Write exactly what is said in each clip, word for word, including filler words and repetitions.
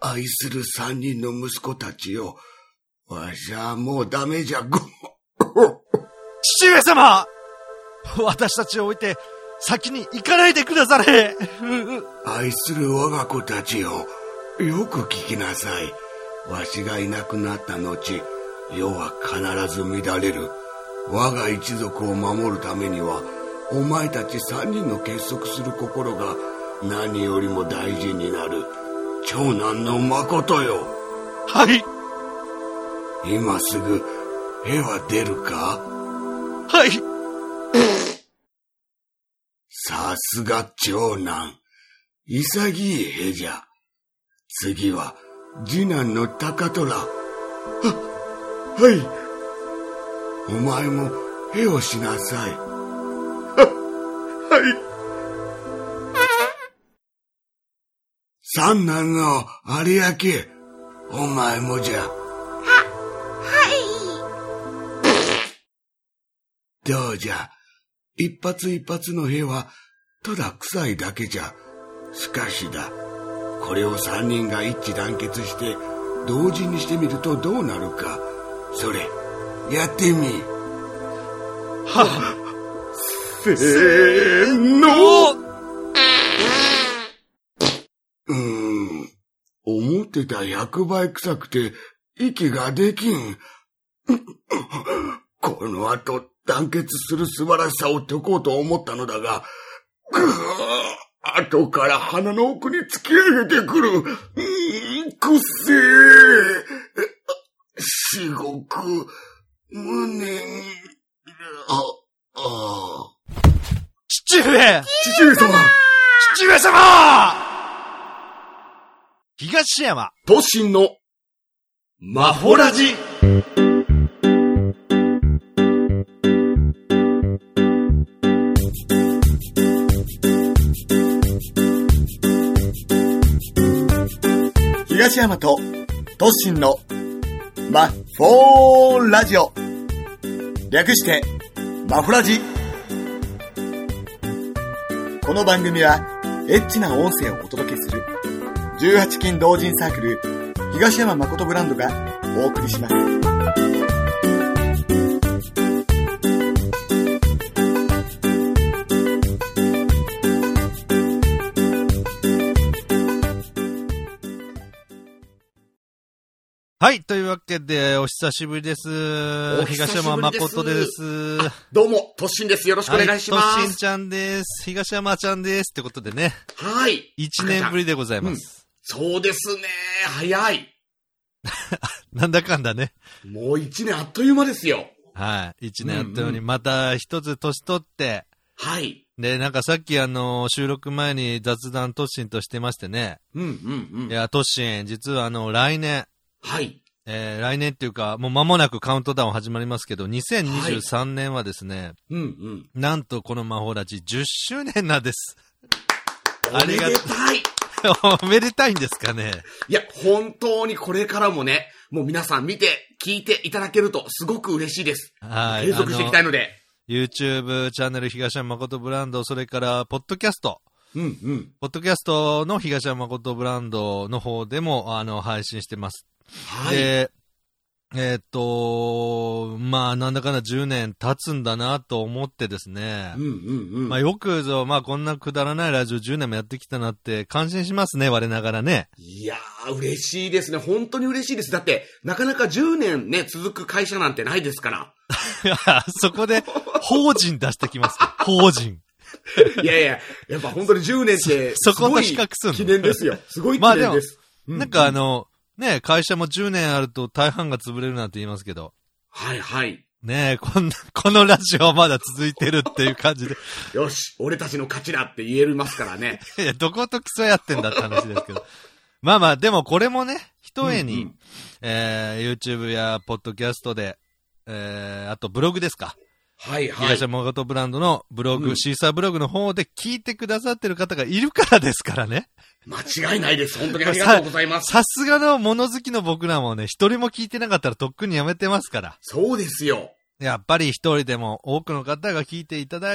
愛する三人の息子たちよ。わしゃもうダメじゃ。ご父上様、私たちを置いて先に行かないでくだされ。 愛する我が子たちよ、よく聞きなさい。わしがいなくなった後、世は必ず乱れる。我が一族を守るためには、お前たち三人の結束する心が何よりも大事になる。長男の誠よ。 はい。 今すぐ絵は出るか？ はい。 さすが長男。潔い絵じゃ。次は次男の高虎。は、はい。お前も絵をしなさい。は、はい。三男の有明、お前もじゃ。は、 はい。 どうじゃ。一発一発の絵はただ臭いだけじゃ。しかしだ、これを三人が一致団結して同時にしてみるとどうなるか。それやってみ。 は、 せーの。うーん、思ってた百倍臭くて息ができん。この後団結する素晴らしさを解こうと思ったのだが、ぐー後から鼻の奥に突き上げてくる。うーん、くっせー。至極、無念。あ、あ。 父上父上様父上様東山都心のマホラジ。 東山と都心のマホラジオ、略してマホラジ。この番組はエッチな音声をお届けするじゅうはち金同人サークル東山誠ブランドがお送りします。 はい、というわけでお久しぶりです。東山誠です。 どうもトッシンです。よろしくお願いします。 はい、トッシンちゃんです。東山ちゃんですってことでね。 はい。 一年ぶりでございます。 うん、そうですね。早い。 なんだかんだね。 もう一年あっという間ですよ。 はい。一年あっという間にまた一つ年取って。 はい。 で、なんかさっきあの、収録前に雑談トッシンとしてましてね。 うんうんうん。 いや、トッシン、実はあの、来年。 はい。 えー、来年っていうか、もう間もなくカウントダウン始まりますけど、にせんにじゅうさんねんはですね、 はい、うんうん。 なんとこの魔法ラジじゅっしゅうねんなんです。 おめでたい。 おめでたいんですかね。 いや、本当にこれからもね、もう皆さん見て、聞いていただけるとすごく嬉しいです。はい。継続していきたいので。 YouTube チャンネル東山誠ブランド、それからポッドキャスト。 うんうん。 ポッドキャストの東山誠ブランドの方でも、あの、配信してます。 はい。 で、えー、っと、まあ、なんだかんだじゅうねん経つんだなと思ってですね。 うんうんうん。 まあ、よくぞ、まあ、こんなくだらないラジオじゅうねんもやってきたなって感心しますね、我ながらね。 いやー、嬉しいですね。本当に嬉しいです。だって、なかなかじゅうねんね、続く会社なんてないですから。 そこで、法人出してきます。法人。 いやいや、やっぱ本当にじゅうねんって、すごい記念ですよ。すごい記念です。 まあ、なんかあの、ねえ、会社もじゅうねんあると大半が潰れるなんて言いますけど。 はいはい。 ねえ、こんな、このラジオはまだ続いてるっていう感じで。 よし、俺たちの勝ちだって言えますからね。 いや、どこと競い合ってんだって話ですけど。まあまあ、でもこれもね、一重に、うんうん、えー、YouTube やポッドキャストで、えー、あとブログですか。 はいはい。 東山誠ブランドのブログ、うん、シーサーブログの方で聞いてくださってる方がいるからですからね。 間違いないです。本当にありがとうございます。 さすがの物好きの僕らもね、一人も聞いてなかったらとっくにやめてますから。 そうですよ。 やっぱり一人でも多くの方が聞いていただ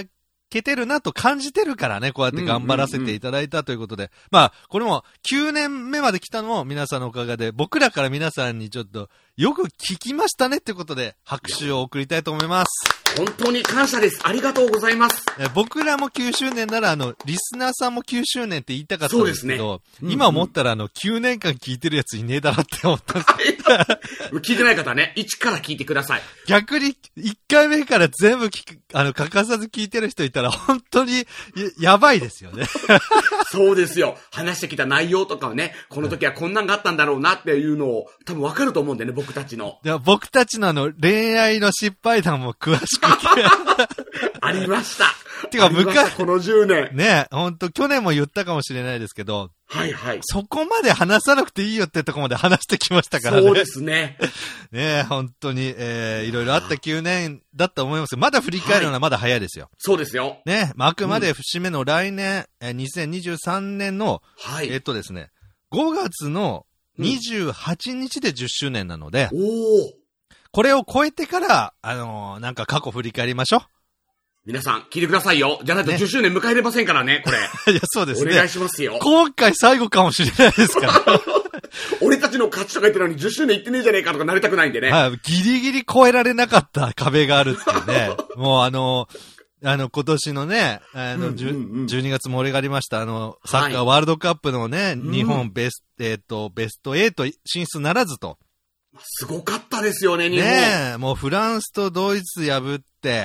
けてるなと感じてるからね、こうやって頑張らせていただいたということで。うんうんうん、まあ、これもきゅうねんめまで来たのも皆さんのおかげで、僕らから皆さんにちょっとよく聞きましたねってことで拍手を送りたいと思います。 本当に感謝です。ありがとうございます。 僕らもきゅうしゅうねんなら、あの、リスナーさんもきゅうしゅうねんって言いたかったんですけど、そうですね。うんうん、今思ったら、あの、きゅうねんかん聞いてるやついねえだろって思ったんです聞いてない方ね、いちから聞いてください。 逆に、いっかいめから全部聞く、あの、欠かさず聞いてる人いたら、本当にや、やばいですよね。 そうですよ。話してきた内容とかをね、この時はこんなんがあったんだろうなっていうのを、多分わかると思うんでね、僕たちの。 いや、僕たちのあの、恋愛の失敗談も詳しく聞けありました。 てか、昔、 このじゅうねん。 ね、ほんと、去年も言ったかもしれないですけど、 はいはい。 そこまで話さなくていいよってとこまで話してきましたからね。 そうですね。 ね、本当に、えー、いろいろあったきゅうねんだったと思いますよ。まだ振り返るのはまだ早いですよ。はい、 そうですよ。 ね、まあ、あくまで節目の来年、うん、えー、にせんにじゅうさんねんの、はい、えー、っとですね、ごがつのにじゅうはちにちでじゅっしゅうねんなので、 うん、おこれを超えてから、あのー、なんか過去振り返りましょう。 皆さん、聞いてくださいよ。じゃないとじゅっしゅうねん迎えれませんからね、これ。 いや、そうですね。 お願いしますよ。 今回最後かもしれないですから。 俺たちの勝ちとか言ってるのにじゅっしゅうねん行ってねえじゃねえかとかなりたくないんでね。 はい、ギリギリ超えられなかった壁があるっていうね。もうあの、あの、今年のね、あの、うんうんうん、じゅうにがつ盛り上がりました、あの、サッカーワールドカップのね、はい、日本ベスト、えっと、ベストエイト進出ならずと。 すごかったですよね、日本。 ねえ、もうフランスとドイツ破って、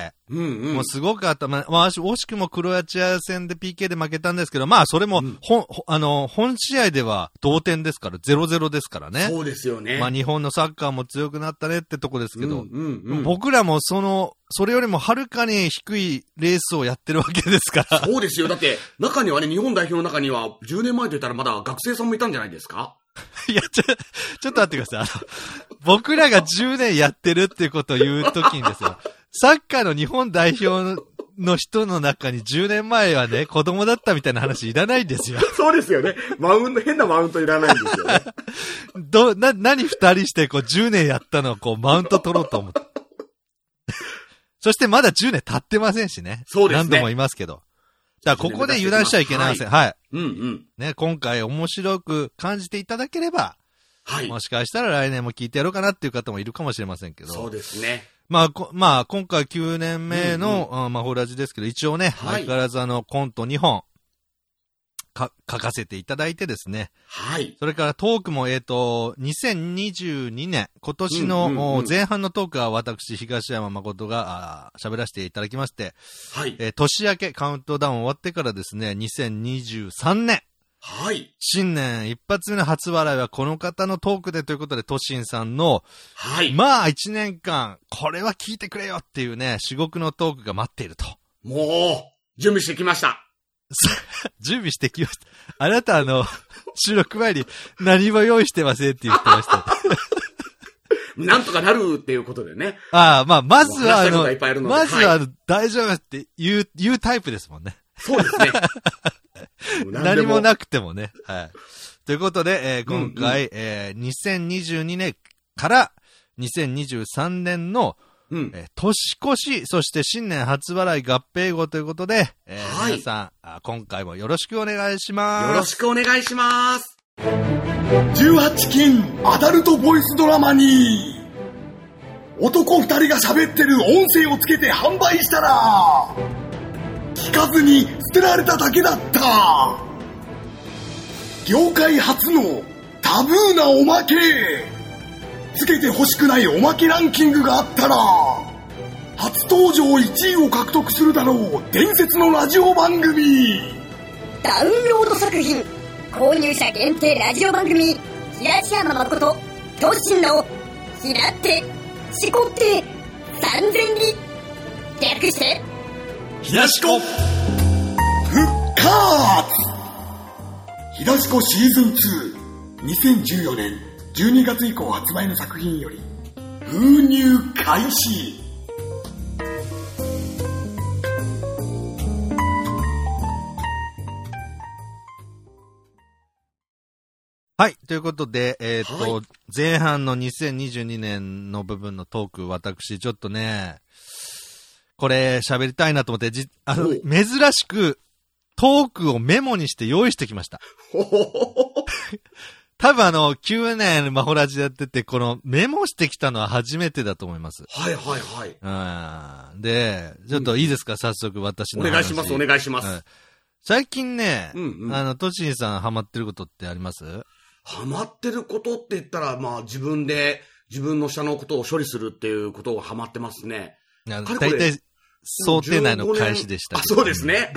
うんうん、もうすごかった。まあ、惜しくもクロアチア戦で ピーケー で負けたんですけど、まあ、それも、うん、ほん、あの、本試合では同点ですから、ゼロゼロですからね。 そうですよね。 まあ、日本のサッカーも強くなったねってとこですけど、 うんうんうん、 僕らもその、それよりもはるかに低いレースをやってるわけですから。 そうですよ。だって、中にはね、日本代表の中には、じゅうねんまえと言ったらまだ学生さんもいたんじゃないですか？ いや、ちょ、ちょっと待ってください。あの、僕らがじゅうねんやってるっていうことを言うときにですよ、サッカーの日本代表の人の中にじゅうねんまえはね、子供だったみたいな話いらないんですよ。 そうですよね。マウント、変なマウントいらないんですよね。 ど、な、何二人してこうじゅうねんやったのをこうマウント取ろうと思って。そしてまだじゅうねん経ってませんしね。 そうですね。 何度も言いますけど。じゃあ、ここで油断しちゃいけないですね。はい。はい。 うんうん。 ね、今回面白く感じていただければ、 はい。 もしかしたら来年も聞いてやろうかなっていう方もいるかもしれませんけど。 そうですね。 まあ、こまあ、今回きゅうねんめの、うんうん、まあ、ホラジですけど、一応ね、はい、相変わらずあの、コントにほん、か、書かせていただいてですね。 はい。 それからトークも、えっと、にせんにじゅうにねん、今年の前半のトークは私、東山誠が喋らせていただきまして、 はい。 えー、年明けカウントダウン終わってからですね、にせんにじゅうさんねん。 はい。 新年一発目の初笑いはこの方のトークでということで、トシンさんの、 はい。 まあ一年間、これは聞いてくれよっていうね、至極のトークが待っていると。 もう、準備してきました。 準備してきました。あなたあの、収録前に何も用意してませんって言ってました。 なんとかなるっていうことでね。 ああ、まあ、まずはあの、まずは、 はい、 大丈夫って言う、言うタイプですもんね。 そうですね。 何もなくてもね。はい。ということで、えー、今回、うんうん、えー、にせんにじゅうにねんからにせんにじゅうさんねんの、うんえー、年越し、そして新年初笑い合併号ということで、えーはい、皆さんあ、今回もよろしくお願いします。 よろしくお願いします。 じゅうはちきんアダルトボイスドラマに、男二人が喋ってる音声をつけて販売したら、聞かずに捨てられただけだった。業界初のタブーなおまけ。つけて欲しくないおまけランキングがあったら、初登場いちいを獲得するだろう伝説のラジオ番組。 ダウンロード作品購入者限定ラジオ番組、東山誠トシンのひなってしこってさんぜんり、略してひなしこ復活。ひなしこシーズンツー、にせんじゅうよねんじゅうにがつ以降発売の作品より封入開始。 はい。ということで、えっ、ー、と、 はい、 前半のにせんにじゅうにねんの部分のトーク、私、ちょっとね、 これ喋りたいなと思って、じ、あの、珍しくトークをメモにして用意してきました。多分あの、きゅうねんマホラジやってて、このメモしてきたのは初めてだと思います。 はいはいはい。うん。で、ちょっといいですか、うん、早速私の話。 お願いします、お願いします。うん、 最近ね、 うんうん、 あの、トシンさんハマってることってあります？ ハマってることって言ったら、まあ自分で、自分の下のことを処理するっていうことをハマってますね。 大体、想定内の開始でした、 ね。あ、そうですね。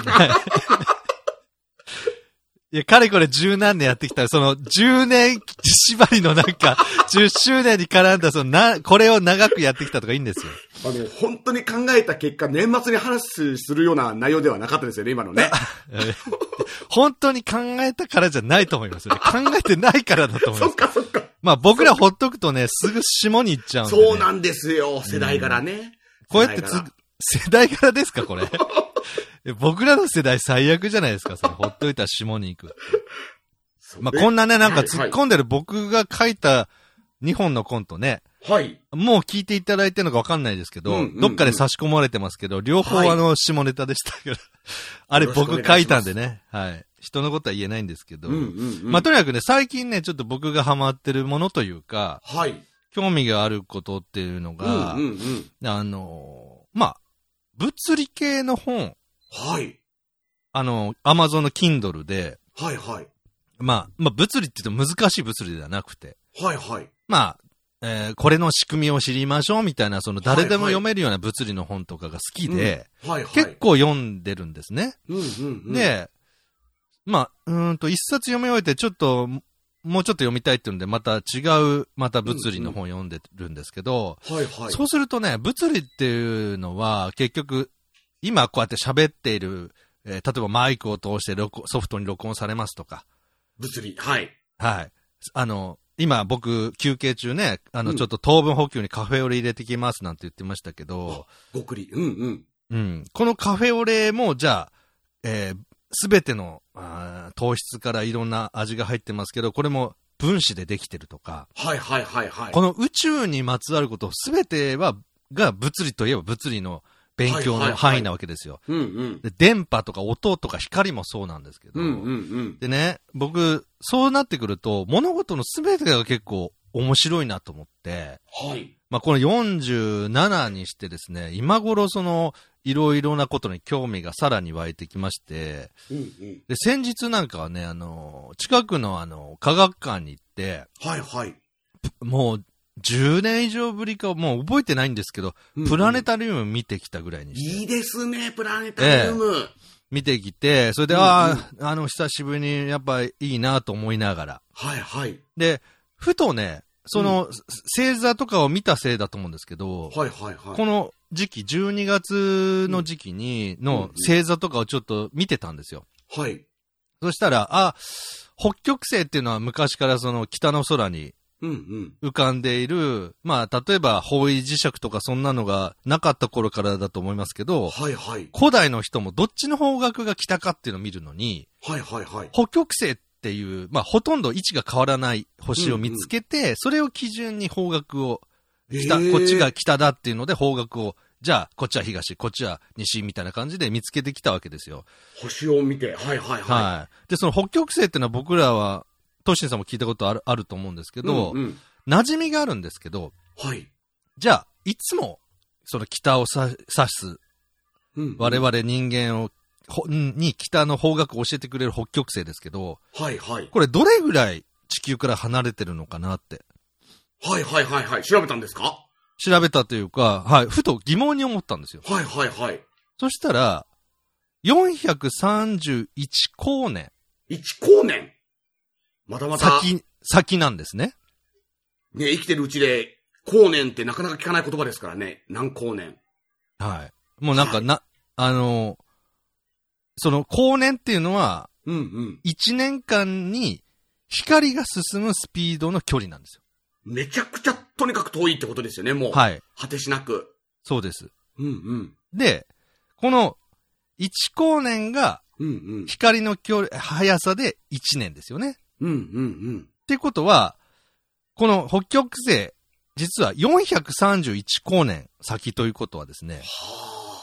いや、かれこれ十何年やってきたら、その十年縛りのなんか、じゅっしゅうねんに絡んだ、そのな、これを長くやってきたとかいいんですよ。 あの、本当に考えた結果、年末に話するような内容ではなかったですよね、今のね。 本当に考えたからじゃないと思いますよね。考えてないからだと思います。 そっかそっか。 まあ僕らほっとくとね、すぐ下に行っちゃうんで、ね。 そうなんですよ、世代からね。うん、 こうやってつ、世代からですか、これ。僕らの世代最悪じゃないですか、それ。ほっといたら下に行く。まあ、こんなね、なんか突っ込んでる僕が書いたにほんのコントね。 はい。 もう聞いていただいてるのかわかんないですけど、うんうんうん、どっかで差し込まれてますけど、両方あの、下ネタでしたけど、はい、あれ僕書いたんでね。はい。人のことは言えないんですけど、うんうんうん、まあ、とにかくね、最近ね、ちょっと僕がハマってるものというか、 はい。 興味があることっていうのが、 うんうんうん、 あの、まあ、物理系の本、 はい。 あの、アマゾンの Kindle で、 はいはい。 まあ、まあ、物理って言うと難しい物理ではなくて、 はいはい。 まあ、えー、これの仕組みを知りましょうみたいな、その誰でも読めるような物理の本とかが好きで、 はいはい、 結構読んでるんですね。 うんうんうん、 で、まあ、うーんと、一冊読み終えてちょっと、もうちょっと読みたいっていうので、また違う、また物理の本読んでるんですけど、 うんうん、はいはい。 そうするとね、物理っていうのは結局、今こうやって喋っている、えー、例えばマイクを通して録ソフトに録音されますとか。 物理。はい。 はい。あの、今僕休憩中ね、あの、ちょっと糖分補給にカフェオレ入れてきますなんて言ってましたけど。 ごくり。うんうん。 うん。このカフェオレもじゃあ、えー、すべてのあ糖質からいろんな味が入ってますけど、これも分子でできてるとか。 はいはいはいはい。 この宇宙にまつわることすべては、が物理といえば物理の勉強の範囲なわけですよ。 はいはいはい、うんうん、 で電波とか音とか光もそうなんですけど、 うんうんうん、でね、僕、そうなってくると、物事のすべてが結構面白いなと思って、 はい。 まあ、このよんじゅうななにしてですね、今頃その、いろいろなことに興味がさらに湧いてきまして、 うんうん、 で、先日なんかはね、あの、近くのあの、科学館に行って、 はいはい。 もう、じゅうねん以上ぶりか、もう覚えてないんですけど、うんうん、プラネタリウム見てきたぐらいにして。 いいですね、プラネタリウム。ええ、 見てきて、それで、うんうん、ああ、あの、久しぶりにやっぱいいなと思いながら。 はいはい。 で、ふとね、その、うん、星座とかを見たせいだと思うんですけど、 はいはいはい。 この時期、じゅうにがつの時期に、の星座とかをちょっと見てたんですよ。 はい。 そしたら、あ、北極星っていうのは昔からその北の空に、 うんうん、 浮かんでいる、まあ、例えば、方位磁石とかそんなのがなかった頃からだと思いますけど、 はいはい。 古代の人もどっちの方角が北かっていうのを見るのに、 はいはいはい。 北極星っていう、まあ、ほとんど位置が変わらない星を見つけて、うんうん、それを基準に方角を、北、こっちが北だっていうので方角を、じゃあ、こっちは東、こっちは西みたいな感じで見つけてきたわけですよ。 星を見て、はいはいはい。 はい。で、その北極星っていうのは僕らは、トシンさんも聞いたことある、あると思うんですけど、うんうん、馴染みがあるんですけど、 はい。 じゃあ、いつも、その北を指す、うんうん、我々人間を、に北の方角を教えてくれる北極星ですけど、 はいはい。 これどれぐらい地球から離れてるのかなって。 はいはいはいはい。調べたんですか？ 調べたというか、はい、ふと疑問に思ったんですよ。 はいはいはい。 そしたら、よんひゃくさんじゅういち光年。 いち光年またまた。 先、先なんですね。 ね、生きてるうちで、光年ってなかなか聞かない言葉ですからね。何光年。 はい。もうなんかな、はい、あの、その光年っていうのは、 うんうん。 いちねんかんに光が進むスピードの距離なんですよ。 めちゃくちゃとにかく遠いってことですよね、もう。 はい。 果てしなく。 そうです。 うんうん。 で、このいち光年が、光の距離、速さでいちねんですよね。 うんうんうん。 ってことは、この北極星、実はよんひゃくさんじゅういち光年先ということはですね、 は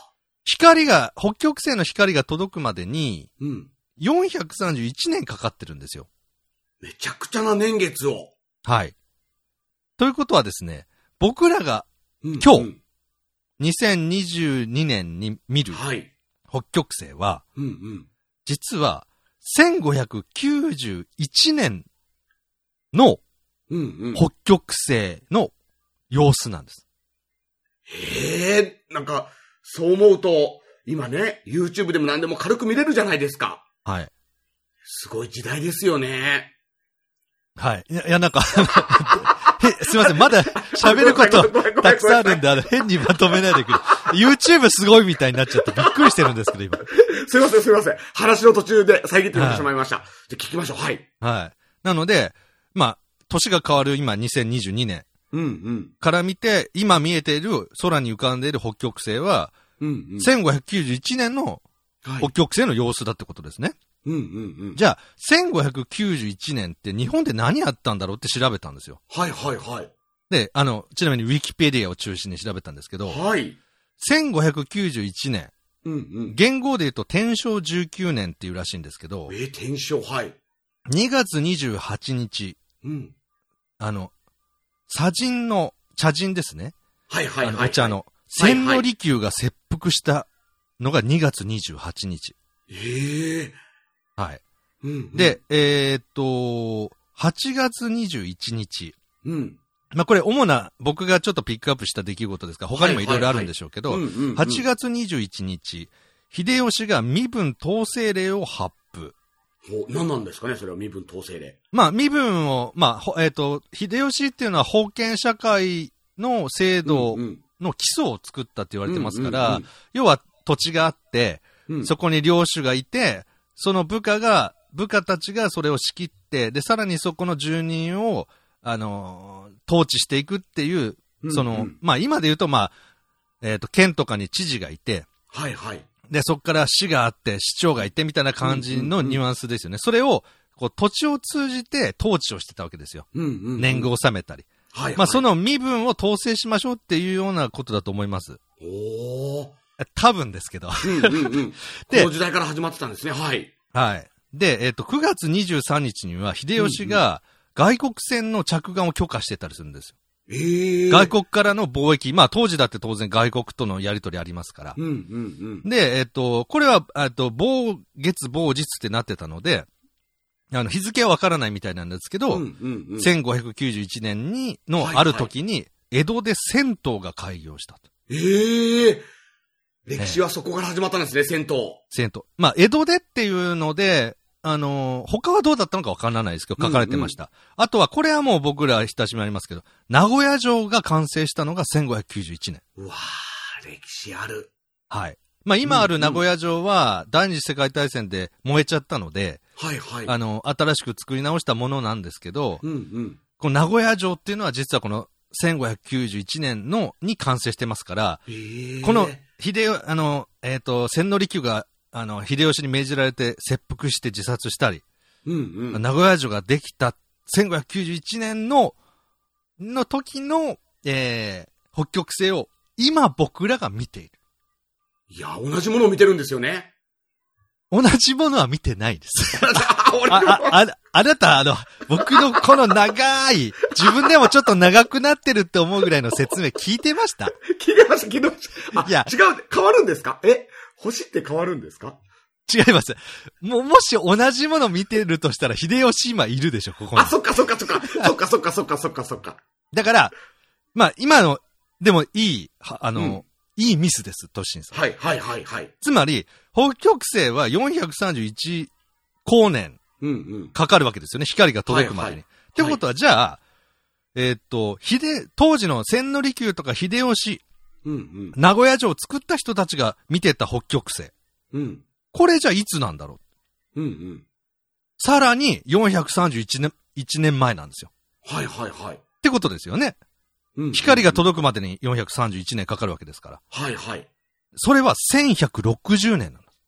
光が、北極星の光が届くまでに、 うん。 よんひゃくさんじゅういちねんかかってるんですよ。 めちゃくちゃな年月を。 はい。ということはですね、僕らがうん、 今日うん、 にせんにじゅうにねんに見るはい。 北極星は、 うんうん。 実はせんごひゃくきゅうじゅういちねんのうんうん。 北極星の様子なんです。 へえ、なんか、そう思うと、今ね、YouTube でも何でも軽く見れるじゃないですか。 はい。 すごい時代ですよね。 はい。いや、いやなんか、へ、すいません、まだ喋ることたくさんあるんで、あの、変にまとめないでくれ。YouTube すごいみたいになっちゃってびっくりしてるんですけど、今。 すいません、すいません。話の途中で遮ってしまいました。はい、じゃ聞きましょう。はい。 はい。なので、まあ、年が変わる今にせんにじゅうにねん。 うんうん。 から見て、今見えている空に浮かんでいる北極星は、 うんうん、 せんごひゃくきゅうじゅういちねんの北極星の様子だってことですね。 うんうんうん。 じゃあ、せんごひゃくきゅうじゅういちねんって日本で何あったんだろうって調べたんですよ。 はいはいはい。 で、あの、ちなみにウィキペディアを中心に調べたんですけど、 はい。 せんごひゃくきゅうじゅういちねん。 うんうん。 元号で言うと天正じゅうきゅうねんっていうらしいんですけど、 えー、天正、はい。 にがつにじゅうはちにち。 うん。 あの、茶人の、茶人ですね。 はいはいはい、はい。 お茶の。千利休が切腹したのがにがつにじゅうはちにち。 ええー。はい。 うん、うん。 で、えー、っと、はちがつにじゅういちにち。 うん。 まあ、これ主な僕がちょっとピックアップした出来事ですから、他にもいろいろあるんでしょうけど、はちがつにじゅういちにち、秀吉が身分統制令を発布。 ほ、何なんですかね、それは身分統制令。 まあ、身分を、まあ、えっ、ー、と、秀吉っていうのは封建社会の制度の基礎を作ったって言われてますから、うんうんうん、要は土地があって、うん、そこに領主がいて、その部下が、部下たちがそれを仕切って、で、さらにそこの住人を、あのー、統治していくっていう、その、うんうん、まあ今で言うと、まあ、えっ、ー、と、県とかに知事がいて、 はいはい。 で、そこから市があって、市長がいてみたいな感じのニュアンスですよね。それを、こう、土地を通じて統治をしてたわけですよ。 うんうんうん、 年貢を納めたり。はいはい、まあその身分を統制しましょうっていうようなことだと思います。 おー。 多分ですけど。 うんうんうん。で、この時代から始まってたんですね。はい。 はい。で、えっ、ー、と、くがつにじゅうさんにちには、秀吉が外国船の着岸を許可してたりするんですよ。 えー、 外国からの貿易。まあ当時だって当然外国とのやり取りありますから。 うんうんうん、 で、えっ、ー、と、これは、えっと、某月某日ってなってたので、あの、日付はわからないみたいなんですけど、うんうんうん、せんごひゃくきゅうじゅういちねんに、のある時に、江戸で銭湯が開業したと。 ええー、歴史はそこから始まったんですね、銭湯。 銭湯。まあ、江戸でっていうので、あのー、他はどうだったのかわからないですけど、書かれてました。うんうん、あとは、これはもう僕ら親しみありますけど、名古屋城が完成したのがせんごひゃくきゅうじゅういちねん。 うわー、歴史ある。 はい。まあ、今ある名古屋城は、第二次世界大戦で燃えちゃったので、 はいはい。 あの、新しく作り直したものなんですけど、 うんうん、 この名古屋城っていうのは実はこのせんごひゃくきゅうじゅういちねんの、に完成してますから、 えー、 この、秀、あの、えっ、ー、と、千利休が、あの、秀吉に命じられて切腹して自殺したり、 うんうん、 名古屋城ができたせんごひゃくきゅうじゅういちねんの、の時の、えー、北極星を今僕らが見ている。 いや、同じものを見てるんですよね。 同じものは見てないです。あ、あ、あ、あなた、あの、僕のこの長い、自分でもちょっと長くなってるって思うぐらいの説明聞いてました？ 聞いてました、聞いてました。あ、いや、違う、変わるんですか？え？星って変わるんですか？ 違います。も、もし同じもの見てるとしたら、秀吉今いるでしょ、ここに。 あ、そっかそっかそっか。そっかそっかそっかそっかそっか。 だから、まあ、今の、でもいい、あの、うん、いいミスです、トッシンさん。 はいはいはいはい。 つまり、北極星はよんひゃくさんじゅういち光年かかるわけですよね、光が届くまでに。はいはい、ってことは、じゃあ、えー、っと、秀、当時の千利休とか秀吉、 うんうん、 名古屋城を作った人たちが見てた北極星。 うん、 これじゃあいつなんだろう、うんうん、 さらによんひゃくさんじゅういちねん、いちねんまえなんですよ。 はいはいはい。 ってことですよね。 うんうんうん、 光が届くまでによんひゃくさんじゅういちねんかかるわけですから。 はいはい。 それはせんひゃくろくじゅうねんなんです。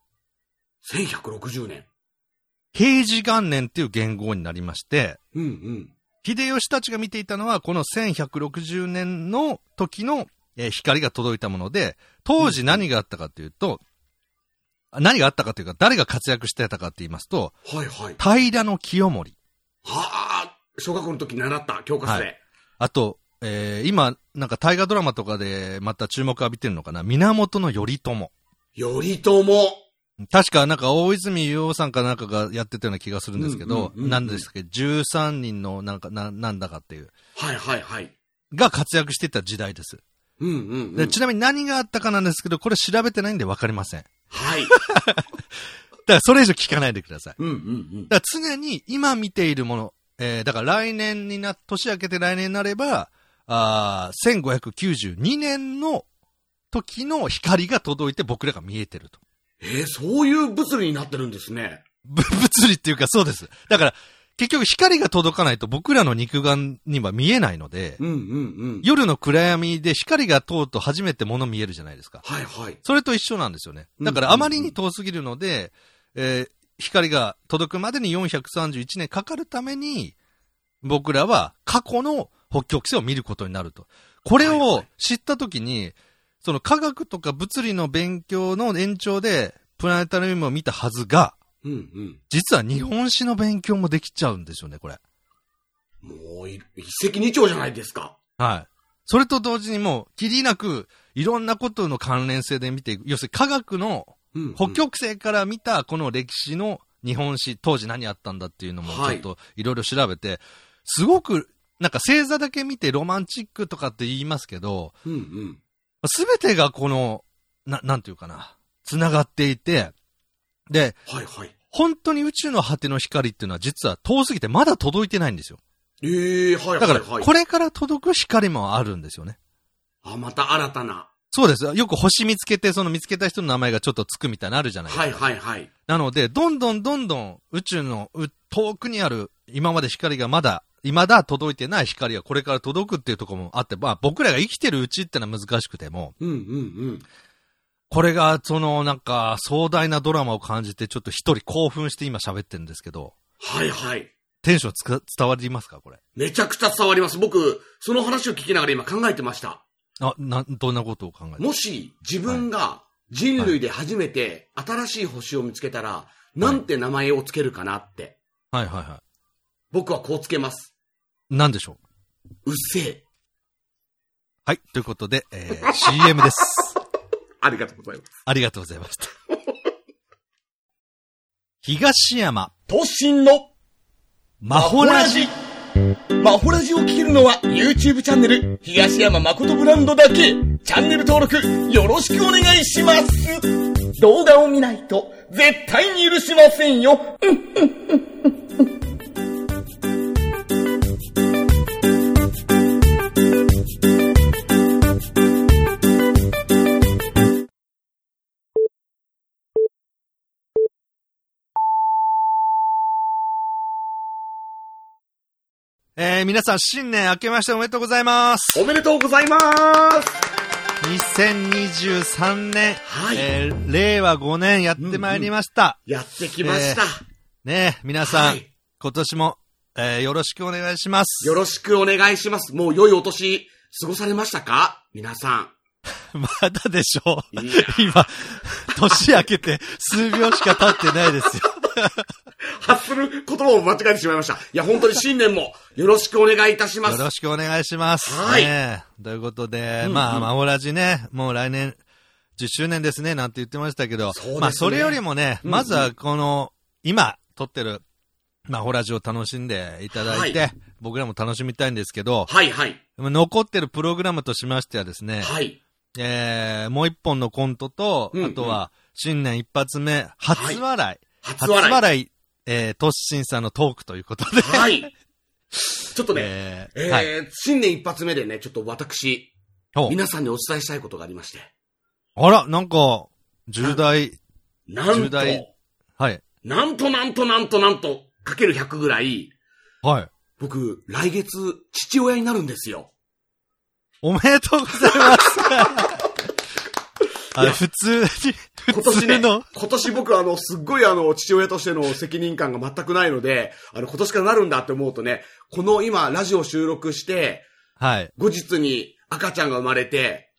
せんひゃくろくじゅうねん。 平治元年っていう元号になりまして、 うんうん、 秀吉たちが見ていたのはこのせんひゃくろくじゅうねんの時の、えー、光が届いたもので、 当時何があったかというと、うん、何があったかというか、誰が活躍してたかと言いますと、 はいはい。 平清盛。 はあ、小学校の時習った教科書で。はい、 あと、えー、今、なんか大河ドラマとかでまた注目浴びてるのかな、源頼朝。 頼朝。 確かなんか大泉洋さんかなんかがやってたような気がするんですけど、何ですか、じゅうさんにんのなんか、な、なんだかっていう。 はいはいはい。 が活躍してた時代です。 うんうんうん、 でちなみに何があったかなんですけど、これ調べてないんでわかりません。 はい。 だからそれ以上聞かないでください。 うんうんうん。 だから常に今見ているもの、えー、だから来年にな、年明けて来年になれば、あせんごひゃくきゅうじゅうにねんの時の光が届いて僕らが見えてると。 えー、そういう物理になってるんですね。 物理っていうかそうです。だから、結局光が届かないと僕らの肉眼には見えないので、 うんうんうん、 夜の暗闇で光が通ると初めて物見えるじゃないですか。 はいはい。 それと一緒なんですよね。だからあまりに遠すぎるので、えー、光が届くまでによんひゃくさんじゅういちねんかかるために、僕らは過去の北極星を見ることになると。これを知ったときに、はいはい、その科学とか物理の勉強の延長でプラネタリウムを見たはずが、 うんうん、 実は日本史の勉強もできちゃうんですよね、これ。 もう、一石二鳥じゃないですか。 はい。それと同時にもう、きりなく、いろんなことの関連性で見ていく。要するに科学の、北極星から見たこの歴史の日本史、当時何あったんだっていうのもちょっといろいろ調べて、はい、すごく、なんか星座だけ見てロマンチックとかって言いますけど、 うんうん、 すべてがこの、な、なんていうかな、繋がっていて、で、 はいはい、 本当に宇宙の果ての光っていうのは実は遠すぎてまだ届いてないんですよ。 ええー、はいはいはい。 だから、これから届く光もあるんですよね。 あ、また新たな。 そうです。よく星見つけて、その見つけた人の名前がちょっとつくみたいなのあるじゃないですか。 はいはいはい。 なので、どんどんどんどん宇宙の遠くにある、今まで光がまだ、未だ届いてない光がこれから届くっていうところもあって、まあ僕らが生きてるうちってのは難しくても、 うんうんうん。 これが、その、なんか、壮大なドラマを感じて、ちょっと一人興奮して今喋ってるんですけど。 はいはい。 テンションつか伝わりますかこれ。 めちゃくちゃ伝わります。僕、その話を聞きながら今考えてました。 あ、な、どんなことを考えてもし、自分が人類で初めて新しい星を見つけたら、はい、なんて名前をつけるかなって。 はいはいはい。 僕はこうつけます。 なんでしょう？うっせえ。 はい、ということで、えー、シーエム です。 ありがとうございます。 ありがとうございました。東山。 都心のマホラジ。 マホラジを聞けるのは YouTube チャンネル東山誠ブランドだけ。チャンネル登録よろしくお願いします。動画を見ないと絶対に許しませんよ。 えー、皆さん新年明けましておめでとうございます。 おめでとうございます。 にせんにじゅうさんねん、 はい、 えー、れいわごねんやってまいりました。 うんうん、やってきました。えー、ね皆さん、はい、今年も、えー、よろしくお願いします。 よろしくお願いします。もう良いお年過ごされましたか皆さん。 まだでしょう。今、年明けて数秒しか経ってないですよ。 発する言葉を間違えてしまいました。いや、本当に新年もよろしくお願いいたします。 よろしくお願いします。 はい。 ね、ということで、 うんうん、 まあ、マホラジね、もう来年じゅっしゅうねんですね、なんて言ってましたけど、 そうですね、 まあ、それよりもね、まずはこの、うんうん、今、撮ってる、マホラジを楽しんでいただいて、はい、僕らも楽しみたいんですけど、 はいはい。 残ってるプログラムとしましてはですね、 はい。 えー、もう一本のコントと、うんうん、あとは、新年一発目、初笑い。はい、 初笑い。 初笑い、えー、トッシンさんのトークということで。 はい。ちょっとね、えーえーはい、新年一発目でね、ちょっと私、皆さんにお伝えしたいことがありまして。 あら、なんか、重大、 なんと、 重大、はい。 なんとなんとなんとなんと、かけるひゃくぐらい、 はい。 僕、来月、父親になるんですよ。 おめでとうございます。あ、普通に、 今年ね、今年僕あの、すっごいあの、父親としての責任感が全くないので、あの、今年からなるんだって思うとね、この今、ラジオ収録して、 はい。 後日に赤ちゃんが生まれて、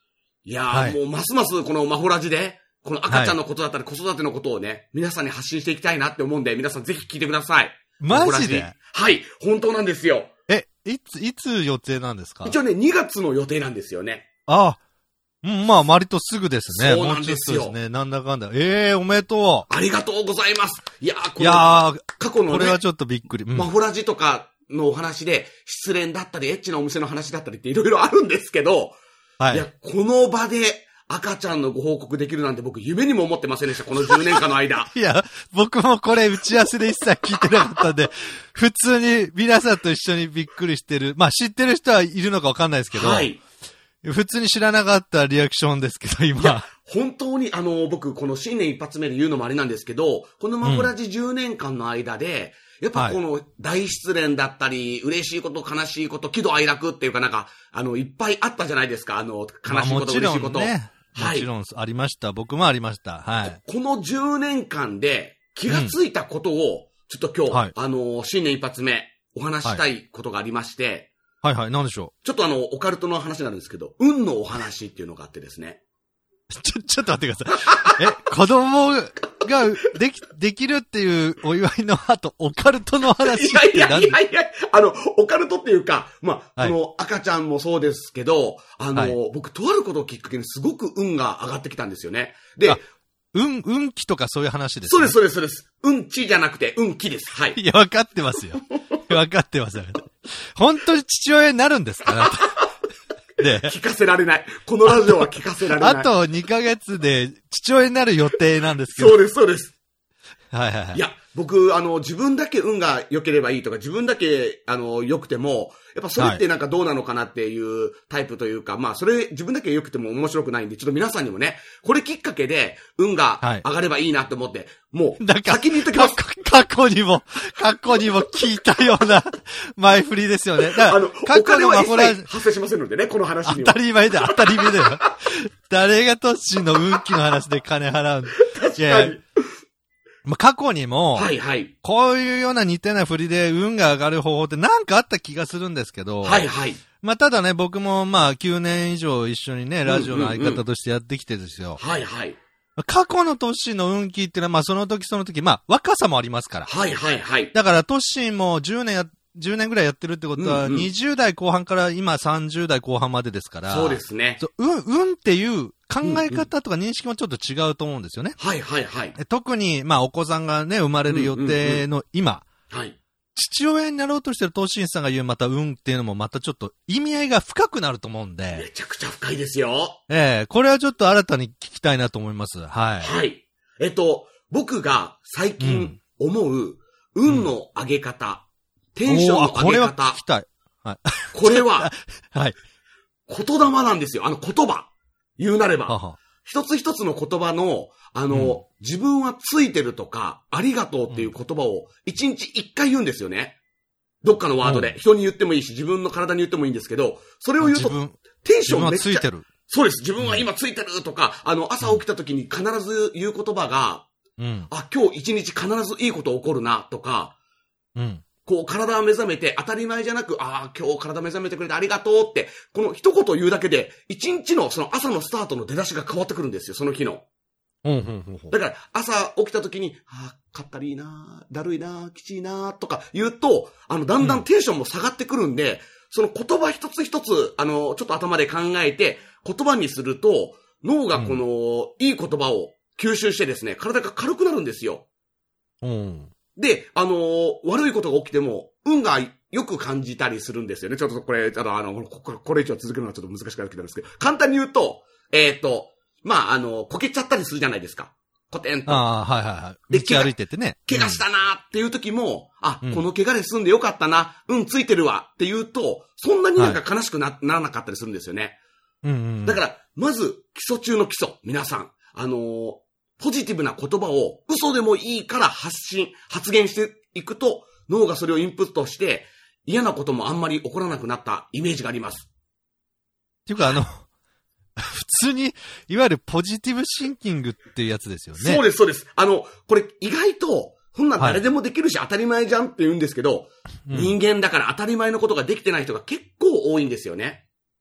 いやー、 はい、 もうますますこのマホラジで、この赤ちゃんのことだったり子育てのことをね、皆さんに発信していきたいなって思うんで、皆さんぜひ聞いてください。 マジで？ はい、本当なんですよ。 え、いつ、いつ予定なんですか？ 一応ね、にがつの予定なんですよね。 ああ。うん、まあ、割とすぐですね。 そうなんですよ。 もうちょっとですね。なんだかんだ。ええー、おめでとう。 ありがとうございます。いやー、この、 いやー、 過去のね、 これはちょっとびっくり。 うん、マホラジとかのお話で、失恋だったり、エッチなお店の話だったりっていろいろあるんですけど、はい。いや、この場で赤ちゃんのご報告できるなんて僕夢にも思ってませんでした、このじゅうねんかんの間。 いや、僕もこれ打ち合わせで一切聞いてなかったんで、普通に皆さんと一緒にびっくりしてる。まあ知ってる人はいるのかわかんないですけど、はい。普通に知らなかったリアクションですけど、今。いや、 本当に、あの、僕、この新年一発目で言うのもあれなんですけど、このマホラジじゅうねんかんの間で、うん、やっぱこの大失恋だったり、嬉しいこと、悲しいこと、喜怒哀楽っていうかなんか、あの、いっぱいあったじゃないですか、あの、悲しいこと、嬉しいこと。 ね、もちろんありました。僕もありました。はい。 このじゅうねんかんで気がついたことを、ちょっと今日、はい、あの、新年一発目、お話したいことがありまして、 はいはい、なんでしょう。 ちょっとあの、オカルトの話なんですけど、運のお話っていうのがあってですね。 ちょ、ちょっと待ってください。え、子供ができ、できるっていうお祝いの後、オカルトの話って何？ いやいやいやいや、あの、オカルトっていうか、まあ、はい、あの、赤ちゃんもそうですけど、あの、はい、僕、とあることをきっかけにすごく運が上がってきたんですよね。で、 運、運気とかそういう話ですね。そうです、そうです、そうです。運気じゃなくて、運気です。はい。 いや、わかってますよ。わかってますよ。本当に父親になるんですかね。 で聞かせられない。このラジオは聞かせられない。 あとにかげつで父親になる予定なんですけど。 そうです、そうです。 はいはいはい。 いや、僕、あの、自分だけ運が良ければいいとか、自分だけ、あの、良くても、やっぱそれってなんかどうなのかなっていうタイプというか、はい、まあ、それ、自分だけ良くても面白くないんで、ちょっと皆さんにもね、これきっかけで、運が上がればいいなと思って、はい、もう、先に言っときます。 過去にも、過去にも聞いたような前振りですよね。だからあの、過去のマホラジ発生しませんのでね、この話には。 当たり前だよ、当たり前だよ。誰がトッシーの運気の話で金払う確かに。 まあ、過去にも、 はいはい。 こういうような似たような振りで運が上がる方法ってなんかあった気がするんですけど、 はいはい。 まあ、ただね、僕もまあ、きゅうねん以上一緒にね、ラジオの相方としてやってきてですよ。 はいはい。 過去のトッシーの運気っていうのは、まあ、その時その時、まあ、若さもありますから。 はいはいはい。 だから、トッシーもじゅうねんや、じゅうねんぐらいやってるってことは、うんうん、にじゅう代後半から今さんじゅう代後半までですから。 そうですね。 運、運っていう考え方とか認識もちょっと違うと思うんですよね。 はいはいはい。 特に、まあ、お子さんがね、生まれる予定の今。 うんうんうん、はい。 父親になろうとしてるトッシーさんが言うまた運っていうのもまたちょっと意味合いが深くなると思うんで。 めちゃくちゃ深いですよ。 ええー、これはちょっと新たに聞きたいなと思います。はい。 はい。えっと、僕が最近思う運の上げ方、うん、テンションの上げ方。 これは聞きたい。はい。 これは、 はい。 言霊なんですよ。あの言葉。言うなれば。はは一つ一つの言葉の、あの、うん、自分はついてるとか、ありがとうっていう言葉を一日一回言うんですよね。どっかのワードで。うん、人に言ってもいいし、自分の体に言ってもいいんですけど、それを言うと、テンションめっちゃ。 自分はついてる。 そうです。自分は今ついてるとか、あの、朝起きた時に必ず言う言葉が、うん、あ、今日一日必ずいいこと起こるな、とか、うん、こう体が目覚めて当たり前じゃなく、ああ、今日体目覚めてくれてありがとうって、この一言言うだけで、一日のその朝のスタートの出だしが変わってくるんですよ、その日の。 うんうんうんうん、 だから朝起きた時に、ああ、かったりいな、だるいな、きちいな、とか言うと、あの、だんだんテンションも下がってくるんで、うん、その言葉一つ一つ、あの、ちょっと頭で考えて、言葉にすると、脳がこの、うん、いい言葉を吸収してですね、体が軽くなるんですよ。 うん、 で、あのー、悪いことが起きても、運がよく感じたりするんですよね。ちょっとこれ、あの、あのこれ、これ以上続けるのはちょっと難しくなってきたんですけど、簡単に言うと、えっと、まあ、あの、こけちゃったりするじゃないですか。コテンと。 ああ、はいはいはい。道歩いててね。 怪我したなーっていう時も、うん、あ、この怪我で済んでよかったな、運ついてるわって言うと、そんなになんか悲しくな、はい、ならなかったりするんですよね。 うんうん、 だから、まず、基礎中の基礎、皆さん、あのー、ポジティブな言葉を嘘でもいいから発信、発言していくと、脳がそれをインプットして、嫌なこともあんまり起こらなくなったイメージがあります。 っていうか、あの、普通に、いわゆるポジティブシンキングっていうやつですよね。 そうです、そうです。あの、これ意外と、そんなん誰でもできるし当たり前じゃんって言うんですけど、はい、人間だから当たり前のことができてない人が結構多いんですよね。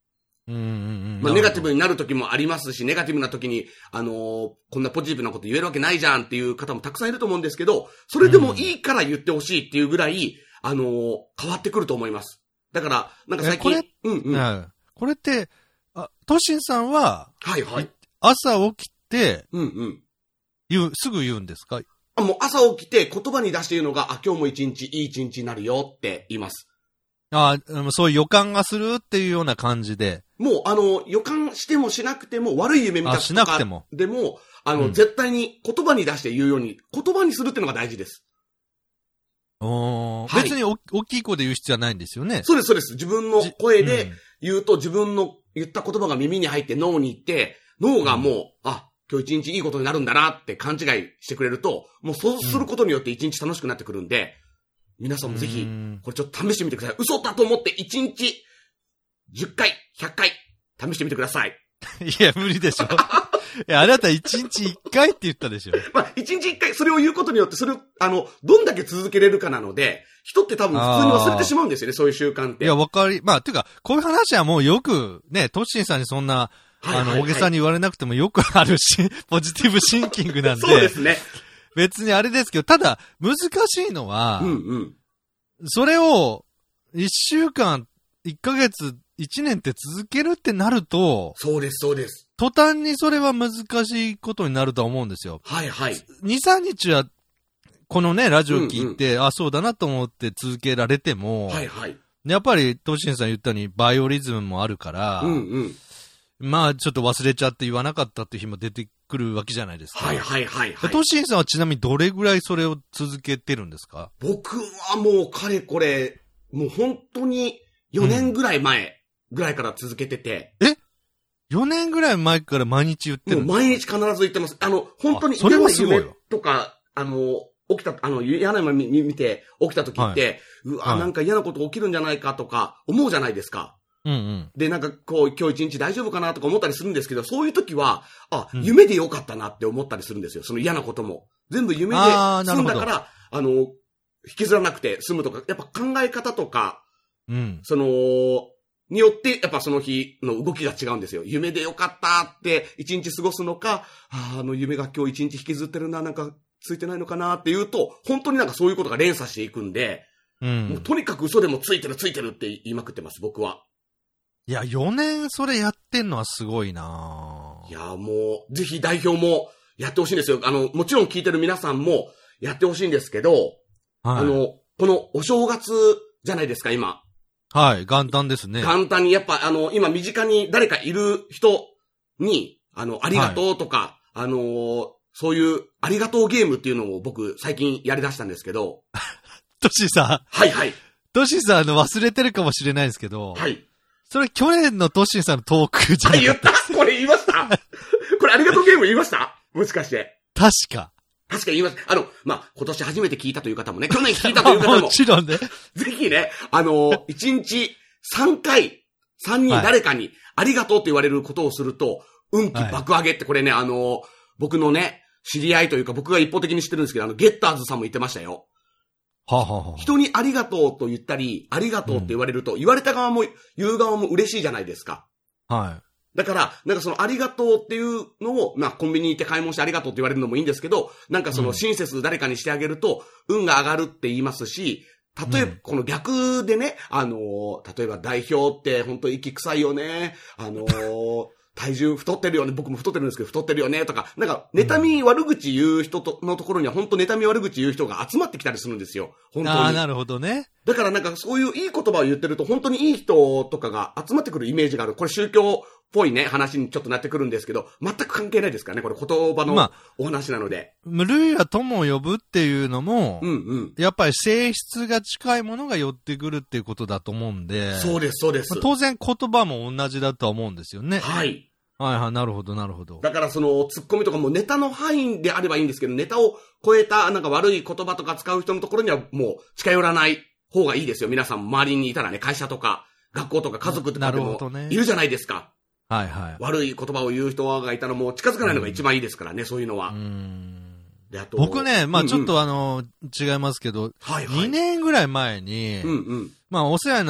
うんうんうん。 まあ、ネガティブになる時もありますし、ネガティブな時に、あのー、こんなポジティブなこと言えるわけないじゃんっていう方もたくさんいると思うんですけど、それでもいいから言ってほしいっていうぐらい、あのー、変わってくると思います。だから、なんか最近、 これ、 うんうん。 はい、これって、あ、トシンさんは、 はいはい。 朝起きて、 うんうん。 言う、すぐ言うんですか？ あ、もう朝起きて言葉に出して言うのが、あ、今日も一日いい一日になるよって言います。 ああ、そういう予感がするっていうような感じで。 もう、あの、予感してもしなくても、悪い夢見たとかしなくても。 でも、あの、うん、絶対に言葉に出して言うように、言葉にするっていうのが大事です。 おー、はい、別にお大きい声で言う必要はないんですよね。 そうです、そうです。自分の声で言うと、うん、自分の言った言葉が耳に入って脳に行って、脳がもう、うん、あ、今日一日いいことになるんだなって勘違いしてくれると、もうそうすることによって一日楽しくなってくるんで、うん、皆さんもぜひ、これちょっと試してみてください。嘘だと思って一日じゅっかい、ひゃっかい試してみてください。 いや、無理でしょ。いや、あなた一日一回って言ったでしょ。 まあ、一日一回それを言うことによって、それを、あの、どんだけ続けれるかなので、人って多分普通に忘れてしまうんですよね、そういう習慣って。 いや、わかり、まあ、ていうか、こういう話はもうよく、ね、トッシンさんにそんな、はいはいはい、あの、大げさに言われなくてもよくあるし、ポジティブシンキングなんで。 そうですね。 別にあれですけど、ただ、難しいのは、 うんうん、 それを、一週間、一ヶ月、一年って続けるってなると、 そうです、そうです。 途端にそれは難しいことになるとは思うんですよ。 はいはい。 二、三日は、このね、ラジオ聞いて、うんうん、あ、そうだなと思って続けられても、 はいはい。 やっぱり、トシンさん言ったように、バイオリズムもあるから、 うんうん。 まあ、ちょっと忘れちゃって言わなかったっていう日も出てくるわけじゃないですか。 はいはいはいはい。 トシンさんはちなみにどれぐらいそれを続けてるんですか？ 僕はもう、かれこれ、もう本当によねんぐらい前ぐらいから続けてて。 うん、え ?よ 年ぐらい前から毎日言ってるんですか？ もう毎日必ず言ってます。あの、本当にそれはすごいよ。 とか、あの、起きた、あの、嫌な夢見て起きた時って、はい、うわ、はい、なんか嫌なこと起きるんじゃないかとか思うじゃないですか。 うんうん。 で、なんかこう、今日一日大丈夫かなとか思ったりするんですけど、そういう時は、あ、うん、夢でよかったなって思ったりするんですよ。その嫌なことも。全部夢で済んだから、あ, あの、引きずらなくて済むとか、やっぱ考え方とか、 うん。 その、によって、やっぱその日の動きが違うんですよ。夢でよかったって一日過ごすのか、あ, あの夢が今日一日引きずってるな、なんかついてないのかなっていうと、本当になんかそういうことが連鎖していくんで、 うん。 もうとにかく嘘でもついてるついてるって言いまくってます、僕は。 いや、よねんそれやってんのはすごいないや、もう、ぜひ代表もやってほしいんですよ。あの、もちろん聞いてる皆さんもやってほしいんですけど、はい、あの、このお正月じゃないですか、今。 はい、元旦ですね。 元旦にやっぱ、あの、今身近に誰かいる人に、あの、ありがとうとか、はい、あの、そういうありがとうゲームっていうのを僕最近やり出したんですけど。 トシさん。 はいはい。 トシさん、あの、忘れてるかもしれないですけど。 はい。 それ去年のトシさんのトークじゃないですか。あ、言ったこれ言いましたこれありがとうゲーム言いましたもしかして。 確か。 確かに言います。あの、まあ、今年初めて聞いたという方もね、去年聞いたという方も。 もちろんね。 ぜひね、あの、いちにちさんかい、さんにん誰かにありがとうって言われることをすると、運気爆上げってこれね、あの、僕のね、知り合いというか僕が一方的に知ってるんですけど、あの、ゲッターズさんも言ってましたよ。 はあはあはあ、 人にありがとうと言ったり、ありがとうって言われると、うん、言われた側も言う側も嬉しいじゃないですか。 はい。 だから、なんかそのありがとうっていうのを、まあコンビニに行って買い物してありがとうって言われるのもいいんですけど、なんかその親切誰かにしてあげると、運が上がるって言いますし、例えば、この逆でね、あの、例えば代表って本当息臭いよね、あの、体重太ってるよね、僕も太ってるんですけど太ってるよねとか、なんか妬み悪口言う人とのところには本当妬み悪口言う人が集まってきたりするんですよ。本当に。 ああ、なるほどね。 だからなんかそういういい言葉を言ってると本当にいい人とかが集まってくるイメージがある。これ宗教っぽいね、話にちょっとなってくるんですけど、全く関係ないですからね、これ言葉のお話なので。 まあ、類は友を呼ぶっていうのも、 うんうん、 やっぱり性質が近いものが寄ってくるっていうことだと思うんで。 そうです、そうです。 まあ、当然言葉も同じだとは思うんですよね。 はい。 はいはい、なるほど、なるほど。 だからその、ツッコミとかもネタの範囲であればいいんですけど、ネタを超えた、なんか悪い言葉とか使う人のところにはもう近寄らない方がいいですよ。皆さん周りにいたらね、会社とか、学校とか家族とかでもいるじゃないですか。 はいはい。 悪い言葉を言う人がいたらもう近づかないのが一番いいですからね、うん、そういうのは。 うーんであと僕ね、まあちょっとあの、うんうん、違いますけど、 はいはい、 にねんぐらい前に、 うんうん、 まあお世話になっ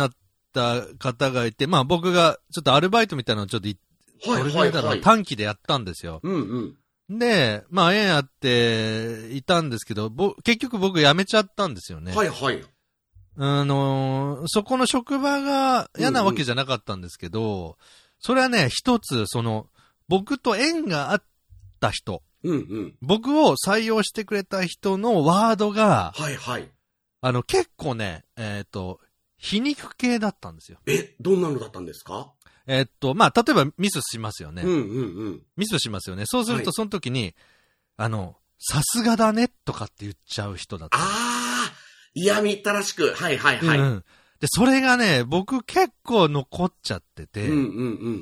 った方がいて、まあ僕がちょっとアルバイトみたいなのをちょっと、 はいはいはい、はい、 短期でやったんですよ。 うんうん。で、まあ縁あっていたんですけど、ぼ結局僕辞めちゃったんですよね。 はいはい。 あのー、そこの職場が嫌なわけじゃなかったんですけど、うんうん、それはね、一つ、その、僕と縁があった人、 うんうん、 僕を採用してくれた人のワードが、 はいはい。 あの、結構ね、えっと、皮肉系だったんですよ。 え、どんなのだったんですか？ えっと、まあ、例えばミスしますよね。 うんうんうん。 ミスしますよね。そうすると、その時に、はい、あの、さすがだねとかって言っちゃう人だった。 ああ、嫌みったらしく。はいはいはい。うん、 で、それがね、僕結構残っちゃってて、 うんうんうん、